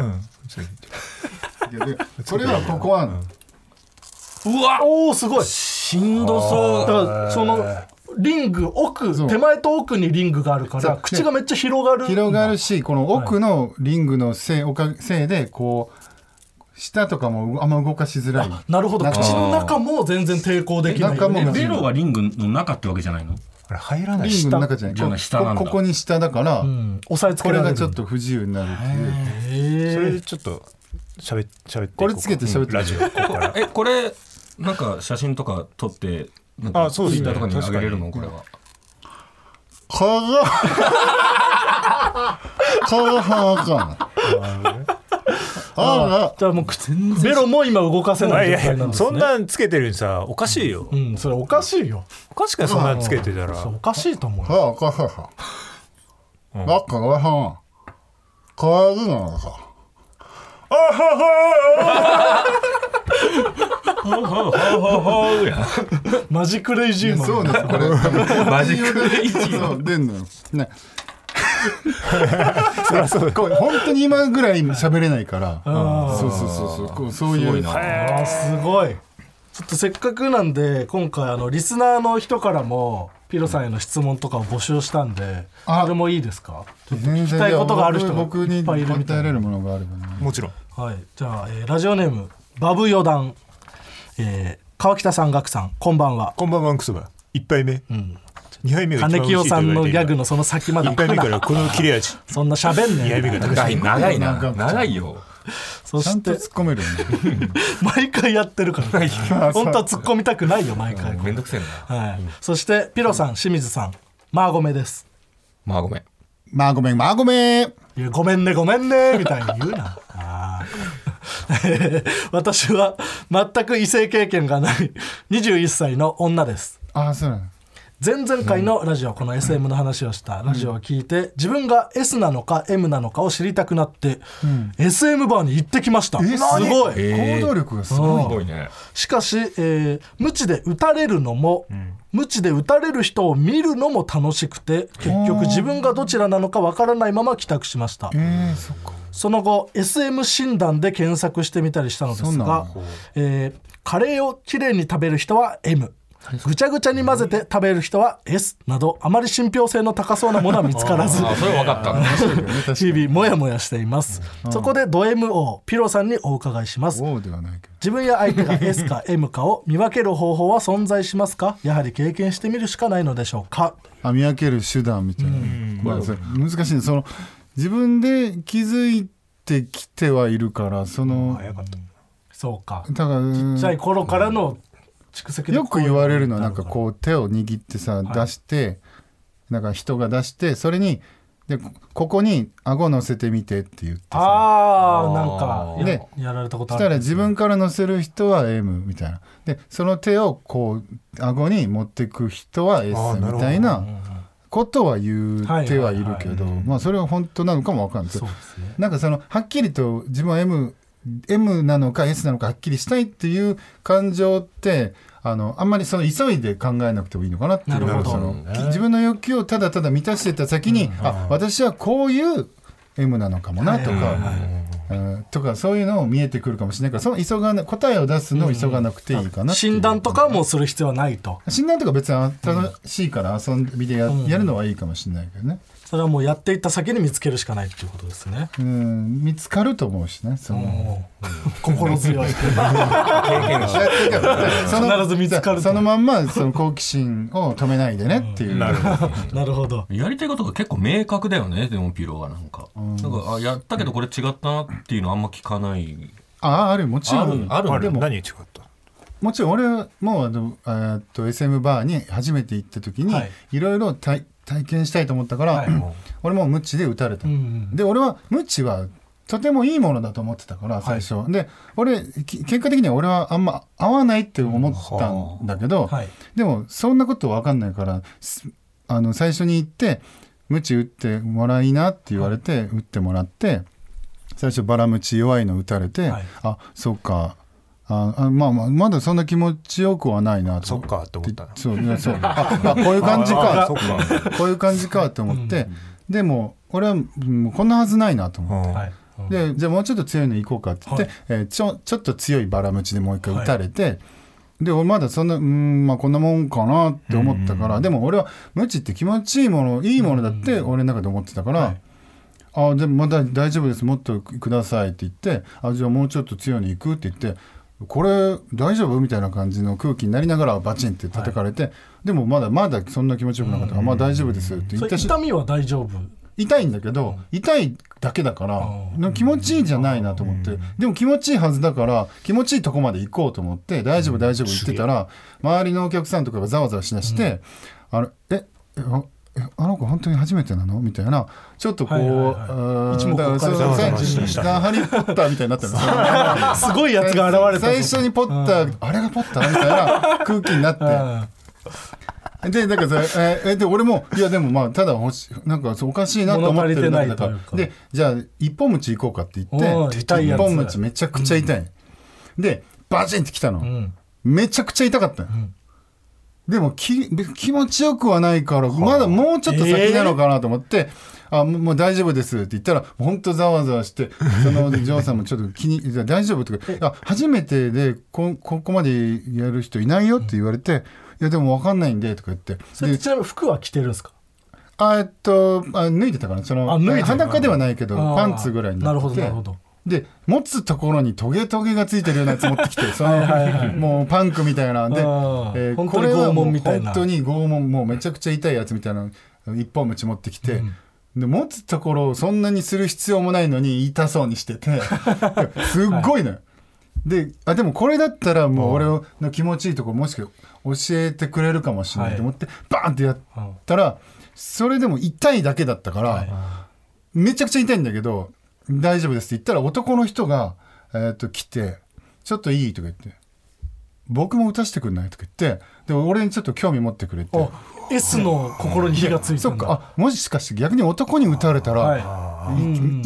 Speaker 5: これはここは、うん、
Speaker 3: うわおーすごい
Speaker 4: しんどそう。
Speaker 3: だからそのリング奥手前と奥にリングがあるから口がめっちゃ広がる
Speaker 5: 広がるし、この奥のリングのせい、おかせいでこう舌とかもあんま動かしづらい。
Speaker 3: なるほど。口の中も全然抵抗できない。
Speaker 4: 中もベロはリングの中ってわけじゃないの？
Speaker 2: あれ入らない。
Speaker 5: リングの中じゃない。
Speaker 4: じゃあ下なんだ。
Speaker 5: ここに下だから、うん、
Speaker 3: 押さえつけられる。
Speaker 5: これがちょっと不自由になるっていう。
Speaker 2: それでちょっと喋って
Speaker 5: これつけて喋って
Speaker 2: ラジオここから
Speaker 4: えこれなんか写真とか撮ってなんかツイッターとかに上げれるのこれは。
Speaker 5: かがかがはか。
Speaker 3: ああじゃあもうベロも今動かせない状態なんですね。
Speaker 2: そんなんつけてるにさおかしいよ。
Speaker 3: うん、それおかしいよ。
Speaker 2: おかしくないそんなんつけてたら。
Speaker 3: おかしいと思う。
Speaker 5: はあかはは。あかはは。かわいいのか。あは
Speaker 3: は。マジクレイジーマン。
Speaker 5: そうですこれ。
Speaker 4: マジクレイジーマン。
Speaker 5: そう出んのよ。ね。そりゃそうこう本当に今ぐらい喋れないからそうそうそうそうこうそういう
Speaker 3: すごいあすごいちょっとせっかくなんで今回あのリスナーの人からもピロさんへの質問とかを募集したんでそれもいいですか？聞きたいことがある人がいっぱいいるみたいな。
Speaker 5: 僕に答えれるものがあればね。
Speaker 2: もちろん。
Speaker 3: はいじゃあ、えー、ラジオネームバブ四段、えー、川北さん岳さんこんばんは。
Speaker 2: こんばんはクソバいっぱいめ。うんにはいめが
Speaker 3: 金清さんのギャグのその先まで
Speaker 2: いっぱいめからこの切れ味
Speaker 3: そんな喋んねえ。
Speaker 2: にはいめが
Speaker 4: 長い長いな長いよ。
Speaker 3: そして
Speaker 5: ちゃんと突っ込めるんだ
Speaker 3: 毎回やってるから本当は突っ込みたくないよ毎回。
Speaker 4: めんどくせえな、
Speaker 3: はい、そしてピロさん清水さんマーゴメです。
Speaker 4: まあごめん
Speaker 5: まあごめんまあごめん
Speaker 3: いやごめんねごめんねみたいに言うなあ私は全く異性経験がないにじゅういっさいの女です。
Speaker 5: ああそうなの。
Speaker 3: 前々回のラジオ、この エスエム の話をしたラジオを聞いて自分が S なのか エム なのかを知りたくなって、うん、エスエム バーに行ってきました。すごい、
Speaker 5: えー、行動力がすごい
Speaker 4: ね。
Speaker 3: しかし、えー、無知で打たれるのも、うん、無知で打たれる人を見るのも楽しくて結局自分がどちらなのかわからないまま帰宅しました。
Speaker 5: えー、そっか。
Speaker 3: その後 エスエム 診断で検索してみたりしたのですが、えー、カレーをきれいに食べる人は エム、ぐちゃぐちゃに混ぜて食べる人は エス などあまり信憑性の高そうなものは見つからず
Speaker 4: あそれ分かった
Speaker 3: 日々もやもやしています。そこでド エムオー ピロさんにお伺いします。自分や相手が エス か エム かを見分ける方法は存在しますか？やはり経験してみるしかないのでしょうか？
Speaker 5: あ見分ける手段みたいな、まあ、難しいね。その自分で気づいてきてはいるからその
Speaker 3: 早かった。そうか
Speaker 5: だから
Speaker 3: ちっちゃい頃からの
Speaker 5: よく言われるのはなんかこう手を握ってさ出してなんか人が出してそれにでここに顎乗せてみてって言ってさ
Speaker 3: あーなんか や,
Speaker 5: で
Speaker 3: やられたことある。
Speaker 5: したら自分から乗せる人は エム みたいなでその手をこう顎に持ってく人は エス みたいなことは言ってはいるけどまあそれは本当なのかも分かんないです。なんかそのはっきりと自分は エムエム なのか エス なのかはっきりしたいっていう感情ってあのあんまりその急いで考えなくてもいいのかなっていう。その自分の欲求をただただ満たしてた先に、うん、あ私はこういう エム なのかもなとか、はいはいはい、とかそういうのも見えてくるかもしれないからその急がな答えを出すのを急がなくていいかなっていう、
Speaker 3: うん、診断とかもする必要はないと。
Speaker 5: 診断とか別に正しいから遊びで や,、うん、やるのはいいかもしれないけどね。
Speaker 3: それはもうやっていった先に見つけるしかないっていうことですね。
Speaker 5: うん見つかると思うしねその
Speaker 3: 心強い経験が必ず見つかる。
Speaker 5: そのまんまその好奇心を止めないでねっていう、うん、
Speaker 3: なるほどなるほど。
Speaker 4: やりたいことが結構明確だよね。でもピロはなんか、うん、なんかあやったけどこれ違ったなっていうのあんま聞かない。
Speaker 5: ああるもちろん
Speaker 4: あるある
Speaker 2: でも何違った？
Speaker 5: もちろん俺もあのあと エスエム バーに初めて行った時に、はい、いろいろ体体験したいと思ったから、はい、俺もムチで打たれた、うんうん、で俺はムチはとてもいいものだと思ってたから最初、はい、で俺結果的には俺はあんま合わないって思ったんだけど、うんはい、でもそんなこと分かんないからあの最初に行ってムチ打ってもらいなって言われて、はい、打ってもらって最初バラムチ弱いの打たれて、はい、あそうかああまあまあまだそんな気持ちよくはないなと
Speaker 2: そっかって思った
Speaker 5: そうねそうああこういう感じかこういう感じかと思って、うん、でも俺はもうこんなはずないなと思って、はい、でじゃあもうちょっと強いの行こうかって言って、はいえー、ちょちょっと強いバラムチでもう一回打たれて、はい、で俺まだそんなうんまあこんなもんかなって思ったから、うん、でも俺はムチって気持ちいいものいいものだって俺の中で思ってたから、はいあでもまだ大丈夫ですもっとくださいって言ってあじゃあもうちょっと強いの行くって言ってこれ大丈夫みたいな感じの空気になりながらバチンって叩かれて、はい、でもまだまだそんな気持ちよくなかったから、まあ大丈夫ですって言ったし
Speaker 3: 痛みは大丈夫
Speaker 5: 痛いんだけど、うん、痛いだけだから気持ちいいじゃないなと思って、うん、でも気持ちいいはずだから気持ちいいとこまで行こうと思って大丈夫大丈夫言ってたら周りのお客さんとかがざわざわしだして、うん、あれええあの子本当に初めてなのみたいなちょっとこう、はいはいはい、一目置かれたハリーポッターみたいになってるの
Speaker 3: すごいやつが現れた
Speaker 5: 最初にポッター、うん、あれがポッターみたいな空気になってでだからさ、えー、で俺もいやでもまあただ欲しなんかおかしいなと思ってるんだからでじゃあ一本道行こうかって言って一本道めちゃくちゃ痛い、うん、でバチンってきたの、うん、めちゃくちゃ痛かったの、うんでもき気持ちよくはないからまだもうちょっと先なのかなと思って、えー、あもう大丈夫ですって言ったら本当ざわざわしてそのジョーさんもちょっと気に大丈夫とかあ初めてで こ, ここまでやる人いないよって言われて、うん、いやでも分かんないんでとか言って
Speaker 3: それちなみに服は着てるんですか
Speaker 5: あえっとあ脱いでたかなその裸ではないけどパンツぐらいになっててなるほどなるほどで持つところにトゲトゲがついてるようなやつ持ってきてそのはいはい、はい、もうパンクみたいなんで、えー、これはもう本当に拷問もうめちゃくちゃ痛いやつみたいな一本道持ってきて、うん、で持つところをそんなにする必要もないのに痛そうにしててすっごいのよ、はい、であでもこれだったらもう俺の気持ちいいところもしか教えてくれるかもしれないと思って、はい、バーンってやったらそれでも痛いだけだったから、はい、めちゃくちゃ痛いんだけど大丈夫ですって言ったら男の人が、えー、と来てちょっといいとか言って僕も打たせてくんないとか言ってで俺にちょっと興味持ってくれて
Speaker 3: S の心に火がついたんだ。
Speaker 5: そっかあもしかして逆に男に打たれたら、はい、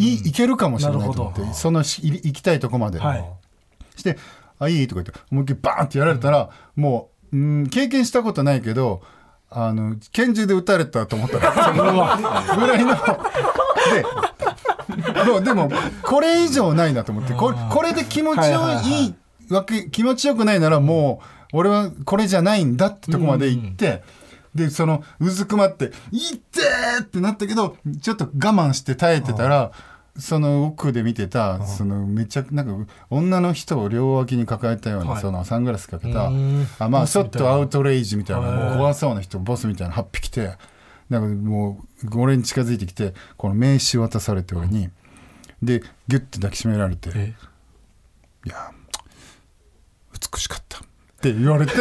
Speaker 5: い, い, いけるかもしれないと思ってその行きたいとこまで、はい、してあいいとか言って思いっきりバーンってやられたら、うん、もううん経験したことないけどあの拳銃で撃たれたと思ったらそのぐらいのででもこれ以上ないなと思ってこれ、これで気持ちよいいわけ気持ちよくないならもう俺はこれじゃないんだってとこまで行って、うん、でそのうずくまって「いってー!」ってなったけどちょっと我慢して耐えてたらその奥で見てたそのめちゃなんか女の人を両脇に抱えたような、はい、そのサングラスかけたあまあちょっとアウトレイジみたいな怖そうな人ボスみたいなはっぴきてなんかもう俺に近づいてきてこの名刺渡されて俺にでギュッて抱きしめられていや美しかったって言われて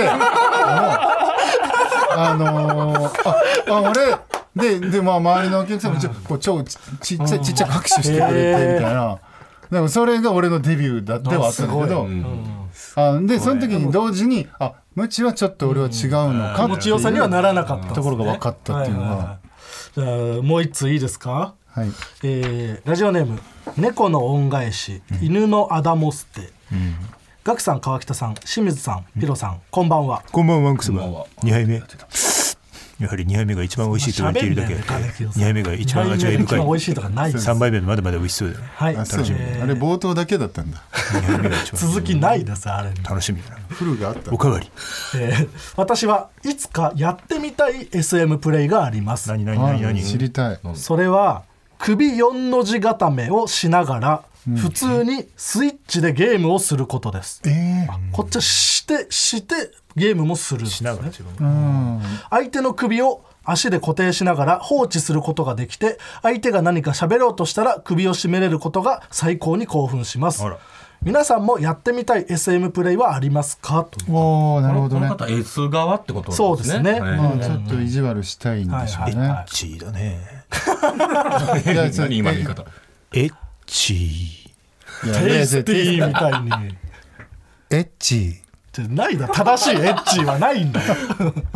Speaker 5: あのー、ああ俺ででまあ周りのお客さんもちょこう超ちちっちゃちっちゃ拍手してくれてみたいなでもそれが俺のデビューだってはあったんだけど、うん、あでその時に同時にあムチはちょっと俺は違うのかっていう気持ちよさにはならなかったところが分かったっていうのは、はいはいはい、
Speaker 3: じゃあもう一ついいですか、
Speaker 5: はい
Speaker 3: えー、ラジオネーム猫の恩返し、うん、犬のアダモステ、うん、ガクさん川北さん清水さんピロさん、うん、こんばんは
Speaker 2: こんばんはクはにはいめやはりにはいめが一番美味しいと言っているだけ、にはいめが一番味わい深い、
Speaker 3: 美味しいとかないです。
Speaker 2: さんばいめまだまだ美味しそうだよね。
Speaker 3: はい、
Speaker 5: あそうねあれ冒頭だけだったんだ。
Speaker 3: 続きないですあれ。
Speaker 2: 楽しみだな。
Speaker 5: フルがあった。
Speaker 2: おかわり。
Speaker 3: えー、私はいつかやってみたい エスエム プレイがあります。
Speaker 2: 何何何何
Speaker 5: 知りたい。
Speaker 3: それは首よんの字固めをしながら、うん、普通にスイッチでゲームをすることです。
Speaker 5: えー、
Speaker 3: こっちはしてしてゲームもするんですね。
Speaker 2: しながら自分も。
Speaker 3: 相手の首を足で固定しながら放置することができて相手が何か喋ろうとしたら首を絞めれることが最高に興奮します。皆さんもやってみたい エスエム プレイはありますかと。
Speaker 5: おーなるほどね。
Speaker 4: この方 S 側ってことですね。
Speaker 3: そうですね、
Speaker 5: まあ、ちょっと意地悪したいんでしょうね、はいはいはい、
Speaker 2: エッチーだね
Speaker 4: 何今の言い方
Speaker 2: エッチ
Speaker 3: ーテイスティーみたいに
Speaker 5: エッチ
Speaker 3: ーないだ正しいエッチーはないんだよ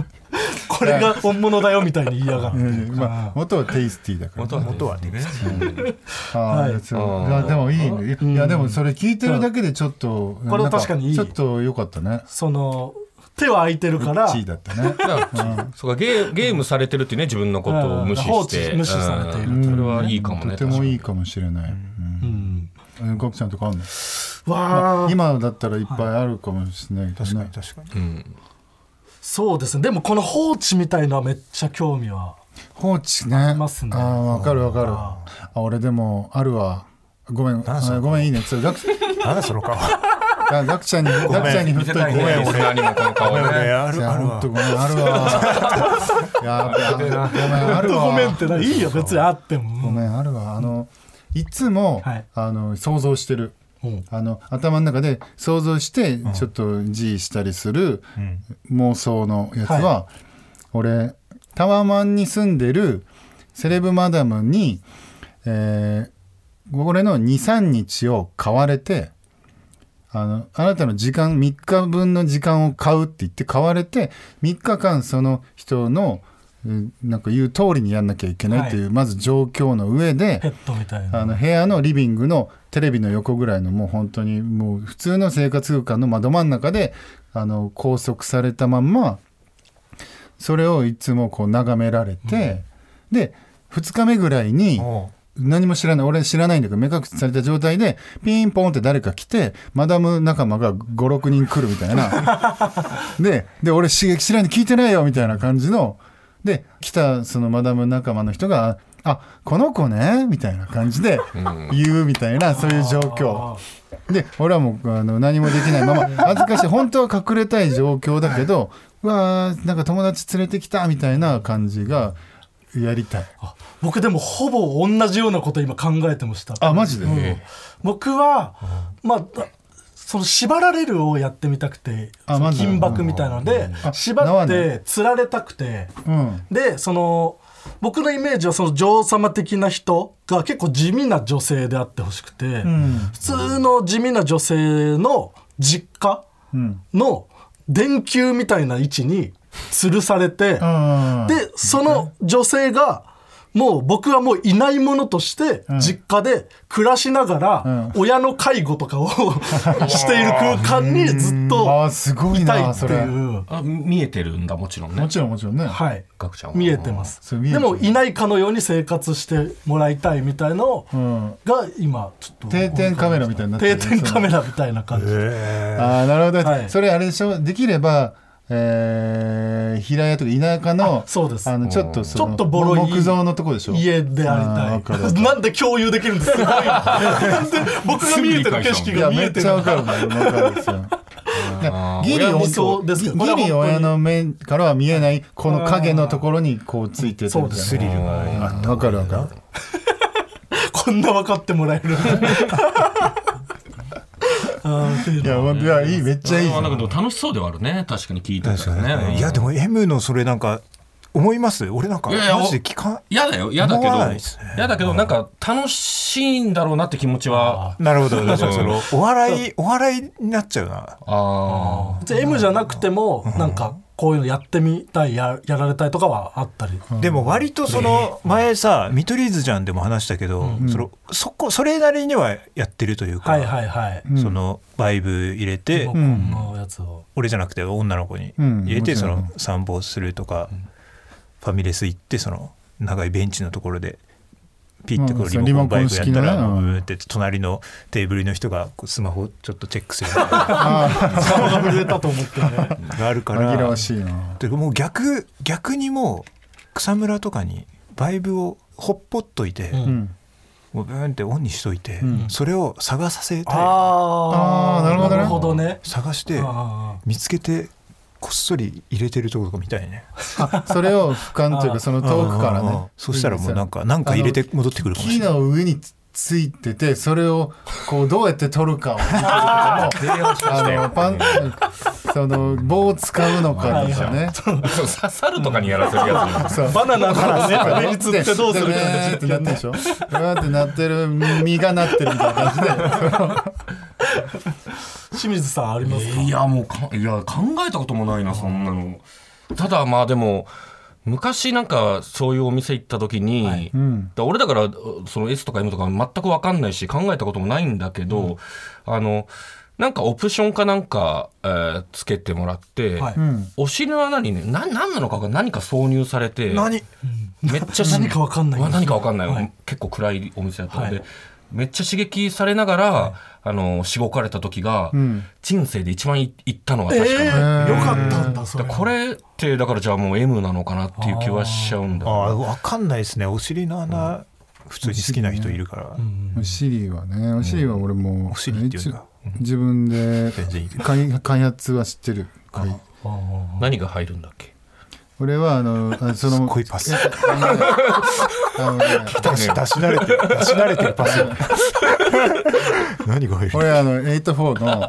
Speaker 3: これが本物だよみたいに言いやがる、
Speaker 5: うんまあ、元はテイスティーだから、
Speaker 2: 元は元はね、
Speaker 5: あ、はい、そういやでもいいね、いやでもそれ聞いてるだけでちょっと、
Speaker 3: これは確かにいい、
Speaker 5: ちょっと良かったね。
Speaker 3: その手は空いてるから
Speaker 5: チーだったね
Speaker 4: そうか、ゲー、ゲームされてるってね、自分のことを無視して
Speaker 3: 無視されている、
Speaker 4: うん、それはいいかもね、
Speaker 5: とてもいいかもしれない。ガクちゃんとかあるの？
Speaker 3: わ、
Speaker 5: まあ、今だったらいっぱいあるかもしれないけどね。
Speaker 2: 確かに確かに、うん、
Speaker 3: そうですね。でもこの放置みたいのはめっちゃ興味は
Speaker 5: 放置ね、
Speaker 3: ありますね。
Speaker 5: あ、分かる分かる。あ、俺でもあるわ。ごめんごめん、いいね。それガク
Speaker 2: なんだその顔。
Speaker 5: ガクちゃんにガクちゃんに振っといて。
Speaker 4: ごめん、俺にもこの顔ね。
Speaker 2: あるあるわ。
Speaker 5: ごめん、あるわ。やべえな。ごめん、あるわ。
Speaker 3: ごめんってないいよ、別にあっても。
Speaker 5: ごめん、あるわ。あのいつも、はい、あの想像してる、うん、あの頭の中で想像してちょっと G したりする妄想のやつは、はい、俺タワマンに住んでるセレブマダムに、えー、俺の にさんにちを買われて、あのあなたの時間みっかぶんの時間を買うって言って買われて、みっかかんその人のなんか言う通りにやんなきゃいけないっていう、はい、まず状況の上で、
Speaker 3: ペットみたいな、
Speaker 5: あの部屋のリビングのテレビの横ぐらいのもう本当にもう普通の生活空間の窓真ん中であの拘束されたまんま、それをいつもこう眺められて、うん、でふつかめぐらいに何も知らない、俺知らないんだけど目隠しされた状態でピンポンって誰か来てマダム仲間がごろくにん来るみたいなで, で俺刺激知らない、聞いてないよみたいな感じので、来たそのマダム仲間の人があ、この子ねみたいな感じで言うみたいな、うん、そういう状況で、俺はもうあの何もできないまま恥ずかしい、本当は隠れたい状況だけど、うわーなんか友達連れてきたみたいな感じがやりたい。
Speaker 3: あ、僕でもほぼ同じようなこと今考えてました。
Speaker 5: あ、マジで、うん、
Speaker 3: 僕は、うん、まあその縛られるをやってみたくて、金箔みたいなので縛って釣られたくて、うん、でその僕のイメージはその女王様的な人が結構地味な女性であってほしくて、うん、普通の地味な女性の実家の電球みたいな位置に吊るされて、うん、でその女性がもう僕はもういないものとして実家で暮らしながら親の介護とかをしている空間にずっといたいっていう。
Speaker 4: あ、見えてるんだ、もちろんね。
Speaker 5: もちろんもちろんね。
Speaker 3: はい、
Speaker 4: ガクちゃんは
Speaker 3: 見えてます。でもいないかのように生活してもらいたいみたいのが今ちょっと
Speaker 5: 定点カメラみたいになってる。
Speaker 3: 定点カメラみたいな感じ。
Speaker 5: あ、なるほど、はい、それあれでしょ、できればえー、平屋とか田舎の、
Speaker 3: そうです、
Speaker 5: あのちょっとその
Speaker 3: ちょっとボロい
Speaker 5: 木造のとこでしょ、
Speaker 3: 家でありたい。なんで共有できるんですか僕が見えてる景色が見えてる。
Speaker 5: いやめっちゃわかるの、わかるですよギリギリ親の目からは見えないこの影のところにこうついてる
Speaker 3: そうです、
Speaker 2: スリルがあって、
Speaker 5: わかるわかる
Speaker 3: こんな分かってもらえる
Speaker 5: いや、いやいい、めっちゃいい。
Speaker 4: なんかでも楽しそうではあるね、確かに聞いてたらね。
Speaker 2: いやでも M のそれなんか思います？俺なんかマジで聞かん。
Speaker 4: 嫌だよ、嫌だけど嫌だけどなんか楽しいんだろうなって気持ちは。
Speaker 2: なるほど、そのお笑いお笑いになっちゃうな。あ
Speaker 3: あ。じゃあ M じゃなくてもなんかこういうのやってみたい、 や, やられたいとかはあったり、
Speaker 2: うん、でも割とその前さ見取り図じゃんでも話したけど、うん、そのそこそれなりにはやってるというか、
Speaker 3: はいはいはい、
Speaker 2: そのバイブ入れて、
Speaker 3: うん、のやつを
Speaker 2: 俺じゃなくて女の子に入れて、その散歩するとか、うん、ファミレス行ってその長いベンチのところでピッてこうリモコンバイクやったらブーって隣のテーブルの人がスマホちょっとチェックするスマホ
Speaker 3: が震えたと思ってね
Speaker 2: があるから
Speaker 5: 紛らわしいな。
Speaker 2: でもう逆逆にもう草むらとかにバイブをほっぽっといて、うん、もうブーンってオンにしといて、うん、それを探させたい。
Speaker 3: ああ、なるほどね。なるほどね。
Speaker 2: 探して見つけてこっそり入れてるところとかみたいね。
Speaker 5: あ、それを俯瞰というかその遠くからね。
Speaker 2: そしたらもうなんかなんか入れて戻ってくるかもしれない。
Speaker 5: 木の上についててそれをこうどうやって取るかをあのパンその棒を使うのかとかね。
Speaker 4: 刺さるとかにやらせるやつ。
Speaker 3: バナナからね、目につってどうするか
Speaker 5: ってなってでしょ。バーってなってる、実がなってるみたいな感じで。
Speaker 3: 清水さんありますか？
Speaker 4: いやもうかいや考えたこともないな、そんなの。 ただまあでも昔なんかそういうお店行った時に、はい、だ俺だからその S とか M とか全く分かんないし考えたこともないんだけど、うん、あのなんかオプションかなんか、えー、つけてもらって、はい、お尻の穴にねな何なのかが何か挿入されて
Speaker 3: 何
Speaker 4: めっちゃ
Speaker 3: 何か分かんない
Speaker 4: 何か分かんない、はい、結構暗いお店だったので、はい、めっちゃ刺激されながら、はい、あのしごかれた時が、うん、人生で一番い行ったのは確かに、
Speaker 3: えー、よかったんだそれ。
Speaker 4: これってだからじゃあもう M なのかなっていう気はしちゃうんだ。
Speaker 2: ああ分かんないですね。お尻の穴、うん、普通に好きな人いるから、
Speaker 5: うん、お尻はねお尻は俺も、うん、
Speaker 2: お尻っていうんだ
Speaker 5: 自分で開発は知ってる。
Speaker 4: 何が入るんだっけ。
Speaker 5: 俺はあのその
Speaker 2: すごいパスあの、ね、出し慣れてる出し慣れてるパス何が入る。
Speaker 5: 俺あのエイトフォーの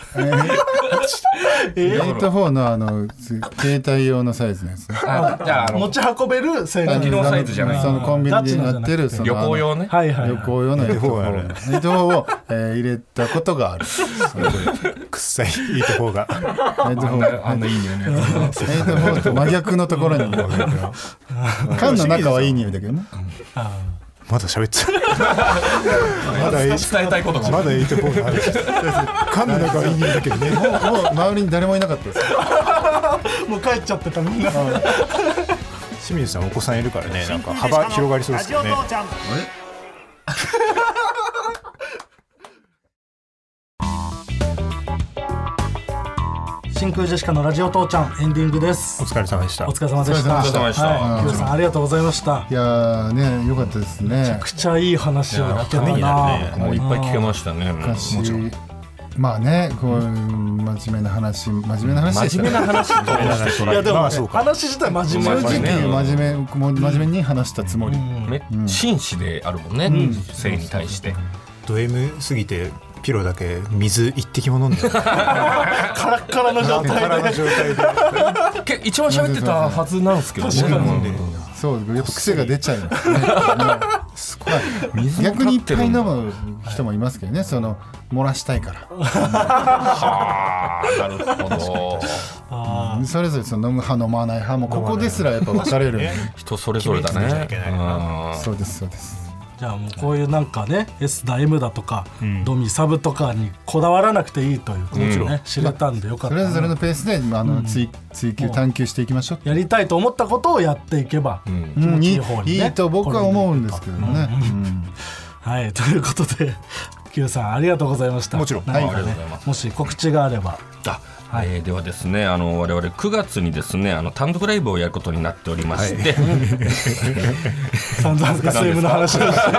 Speaker 5: エイトフォーのあの携帯用のサイズのやつ、ね、
Speaker 3: あじゃあ持ち運べる
Speaker 4: 正規のサイズじゃない。
Speaker 5: そのコンビニでやってるその
Speaker 4: 旅行用ね、
Speaker 3: はいはいはい、
Speaker 5: 旅行用のエイトフォー、エイトフォーを、えー、入れたことがある。
Speaker 2: くっさいエイトフォーが
Speaker 5: エイトフォーあんないい匂いのやつエイトフォーと真逆のところに缶の中はいい匂いだけどね。
Speaker 2: まだ喋ってまだ伝
Speaker 4: えたいことが
Speaker 2: まだエイトフォーがある缶の中はいい匂いだけどね。
Speaker 5: もう、もう周りに誰もいなかったです
Speaker 3: もう帰っちゃってたみんな。
Speaker 2: 清水さんお子さんいるからね、なんか幅広がりそうですよね。あれ
Speaker 3: 真空ジェシカのラジオ父ちゃんエンディングです。
Speaker 2: お疲れ様でした。
Speaker 3: お疲れ様でした。
Speaker 4: お疲れ様でした。
Speaker 3: はい、キヨさんありがとうございました。
Speaker 5: いやーね良かったですね。
Speaker 3: めちゃくちゃいい話を聞けたな。
Speaker 4: ね、もういっぱい聞けましたね。
Speaker 5: 昔もちろんまあねこう真面目な話真面目な話でしたね。
Speaker 4: 真面目な話
Speaker 3: いやでも、ね、話自体真面目
Speaker 5: 正直真面目真面目に話したつもり。
Speaker 4: うん、真摯であるもんね。うん、性に対して。
Speaker 2: ド M すぎて。ピロだけ水一滴も飲んでカ
Speaker 3: ラッカラの状態
Speaker 4: で一番喋ってたはずなんですけどね。
Speaker 5: そう癖が出ちゃいますね。逆にいっぱい飲む人もいますけどね、その漏らしたいから。
Speaker 4: はあ、なるほど。
Speaker 5: あそれぞれその飲む派飲まない派もここですらやっぱ分かれる。
Speaker 4: 人それぞれだね。
Speaker 5: そうですそうです。
Speaker 3: じゃあもうこういうなんかね S だ M だとか、うん、ドミサブとかにこだわらなくていいということをね、うん、知れたんでよかった、
Speaker 5: まあ、それぞれのペースであの、うん、追, 追求探求していきましょう。
Speaker 3: やりたいと思ったことをやっていけば、うん、気持ちいい方に、ね、
Speaker 5: いいと僕は思うんですけどね、うんうん、
Speaker 3: はいということでQさんありがとうございました。
Speaker 2: もちろん、
Speaker 3: 何かね、はい、もし告知があれば。
Speaker 4: あはい、えー、ではですねあの我々くがつにですねあの単独ライブをやることになっておりまして、はい、
Speaker 3: 散々 エスエム の話をして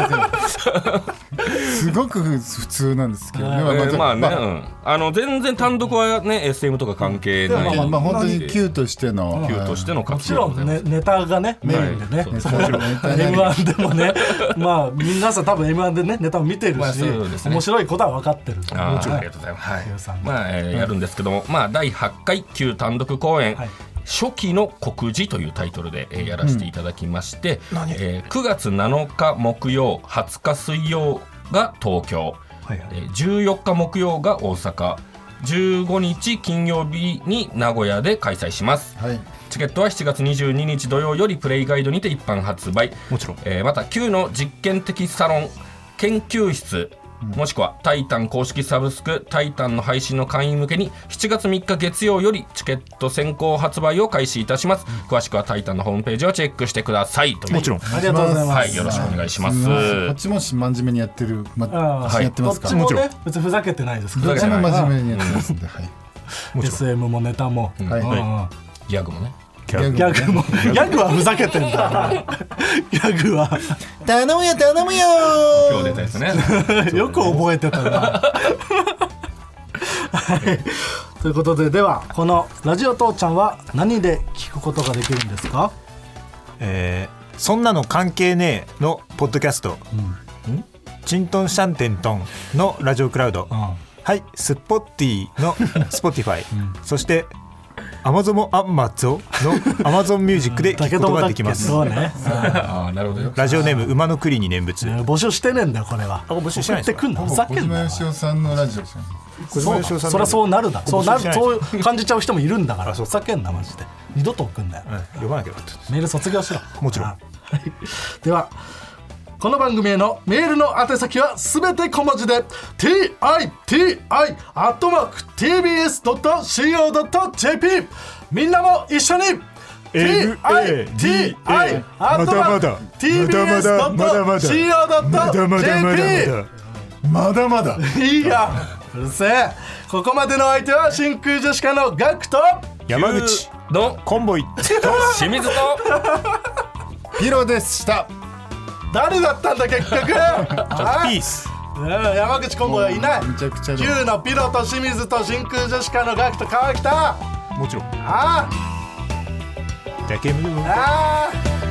Speaker 5: すごく普通なんですけどね、
Speaker 4: まあ、えー、まあね、まあうん、あの全然単独はね エスエム とか関係ない、
Speaker 5: まあ、まあ本当に Q としての
Speaker 4: Q としての
Speaker 3: 活動もちろん、ね、ネタがねメインでね、はい、もちろん エムワン でもねまあ皆さん多分 エムワン でねネタを見てるし、まあそうですね、面白いことは分かってる。
Speaker 4: あもちろんありがとうございます、はいまあえー、やるんですけども、まあ、だいはちかい Q 単独公演、はい、初期の告示というタイトルで、えー、やらせていただきまして、うんえー、くがつなのか木曜はつか水曜が東京、はいはいえー、じゅうよっか木曜が大阪じゅうごにち金曜日に名古屋で開催します、はい、チケットはしちがつにじゅうににち土曜よりプレイガイドにて一般発売。
Speaker 2: もちろん、
Speaker 4: えー、また Q の実験的サロン研究室もしくはタイタン公式サブスクタイタンの配信の会員向けにしちがつみっか月曜よりチケット先行発売を開始いたします、うん、詳しくはタイタンのホームページをチェックしてください。
Speaker 2: もちろん
Speaker 3: ありがとうございます、
Speaker 4: はい、よろしくお願いします。
Speaker 5: こっちも真面目にやってる、ま、
Speaker 3: はい、
Speaker 5: やってますか。
Speaker 3: こっちもね別にふざけてないですけど、
Speaker 5: どっちも真面目にやってますんで、はい、
Speaker 3: エスエム もネタも、
Speaker 5: うんはいは
Speaker 4: い、ギャグもね
Speaker 3: ギャグ, ギャグもギャグはふざけてんだギャグは
Speaker 5: 頼むよ頼むよ
Speaker 4: 今日出たやつね
Speaker 3: よく覚えてたなはい、ということでではこのラジオ父ちゃんは何で聞くことができるんですか。
Speaker 2: えー、そんなの関係ねえのポッドキャスト、うん、チントンシャンテントンのラジオクラウド、うん、はいスポッティのスポティファイ、うん、そしてアマゾンアンマゾのアマゾンミュージックで聞くことができます。
Speaker 3: そうね。
Speaker 4: あなるほど。
Speaker 2: ラジオネーム馬の栗に念仏。
Speaker 3: 募集してねえんだよこれは。
Speaker 2: あ募集してないですか。
Speaker 3: ふざけんな。
Speaker 5: 小島よしおさんのラジオですよね。
Speaker 3: そうそりゃそうなるだ。そうなるそう感じちゃう人もいるんだから。ふざけんなマジで。 二度と送んなよ、
Speaker 2: うん、読まなきゃよかったです。
Speaker 3: メール卒業しろ。
Speaker 2: もちろん。
Speaker 3: はいではこの番組へのメールの宛先はすべて小文字で ティーアイティーアイ アットマーク ティービーエスドットシーオードットジェーピー みんなも一緒に ティーアイティーアイ アットマーク ティービーエスドットシーオードットジェーピー
Speaker 5: まだまだ
Speaker 3: いいやうるせえ。ここまでの相手は真空ジェシカのガクと
Speaker 2: 山口
Speaker 4: の
Speaker 2: コンボイと
Speaker 4: 清水と
Speaker 5: ピロでした。
Speaker 3: 誰だったんだ結局
Speaker 2: ピース。
Speaker 3: うん山口コンボはいない。
Speaker 5: めちゃくちゃで
Speaker 3: Q のピロと清水と真空ジェシカのガクと川北。
Speaker 2: もちろん。
Speaker 3: あ
Speaker 2: だけむ
Speaker 3: あああ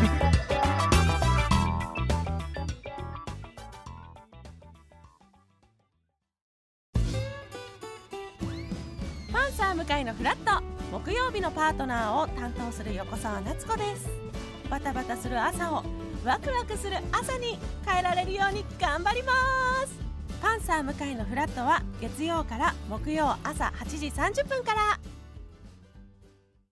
Speaker 6: パンサー向井のフラット、木曜日のパートナーを担当する横澤夏子です。バタバタする朝をワクワクする朝に変えられるように頑張ります。パンサー向井のフラットは月曜から木曜朝はちじさんじゅっぷんから。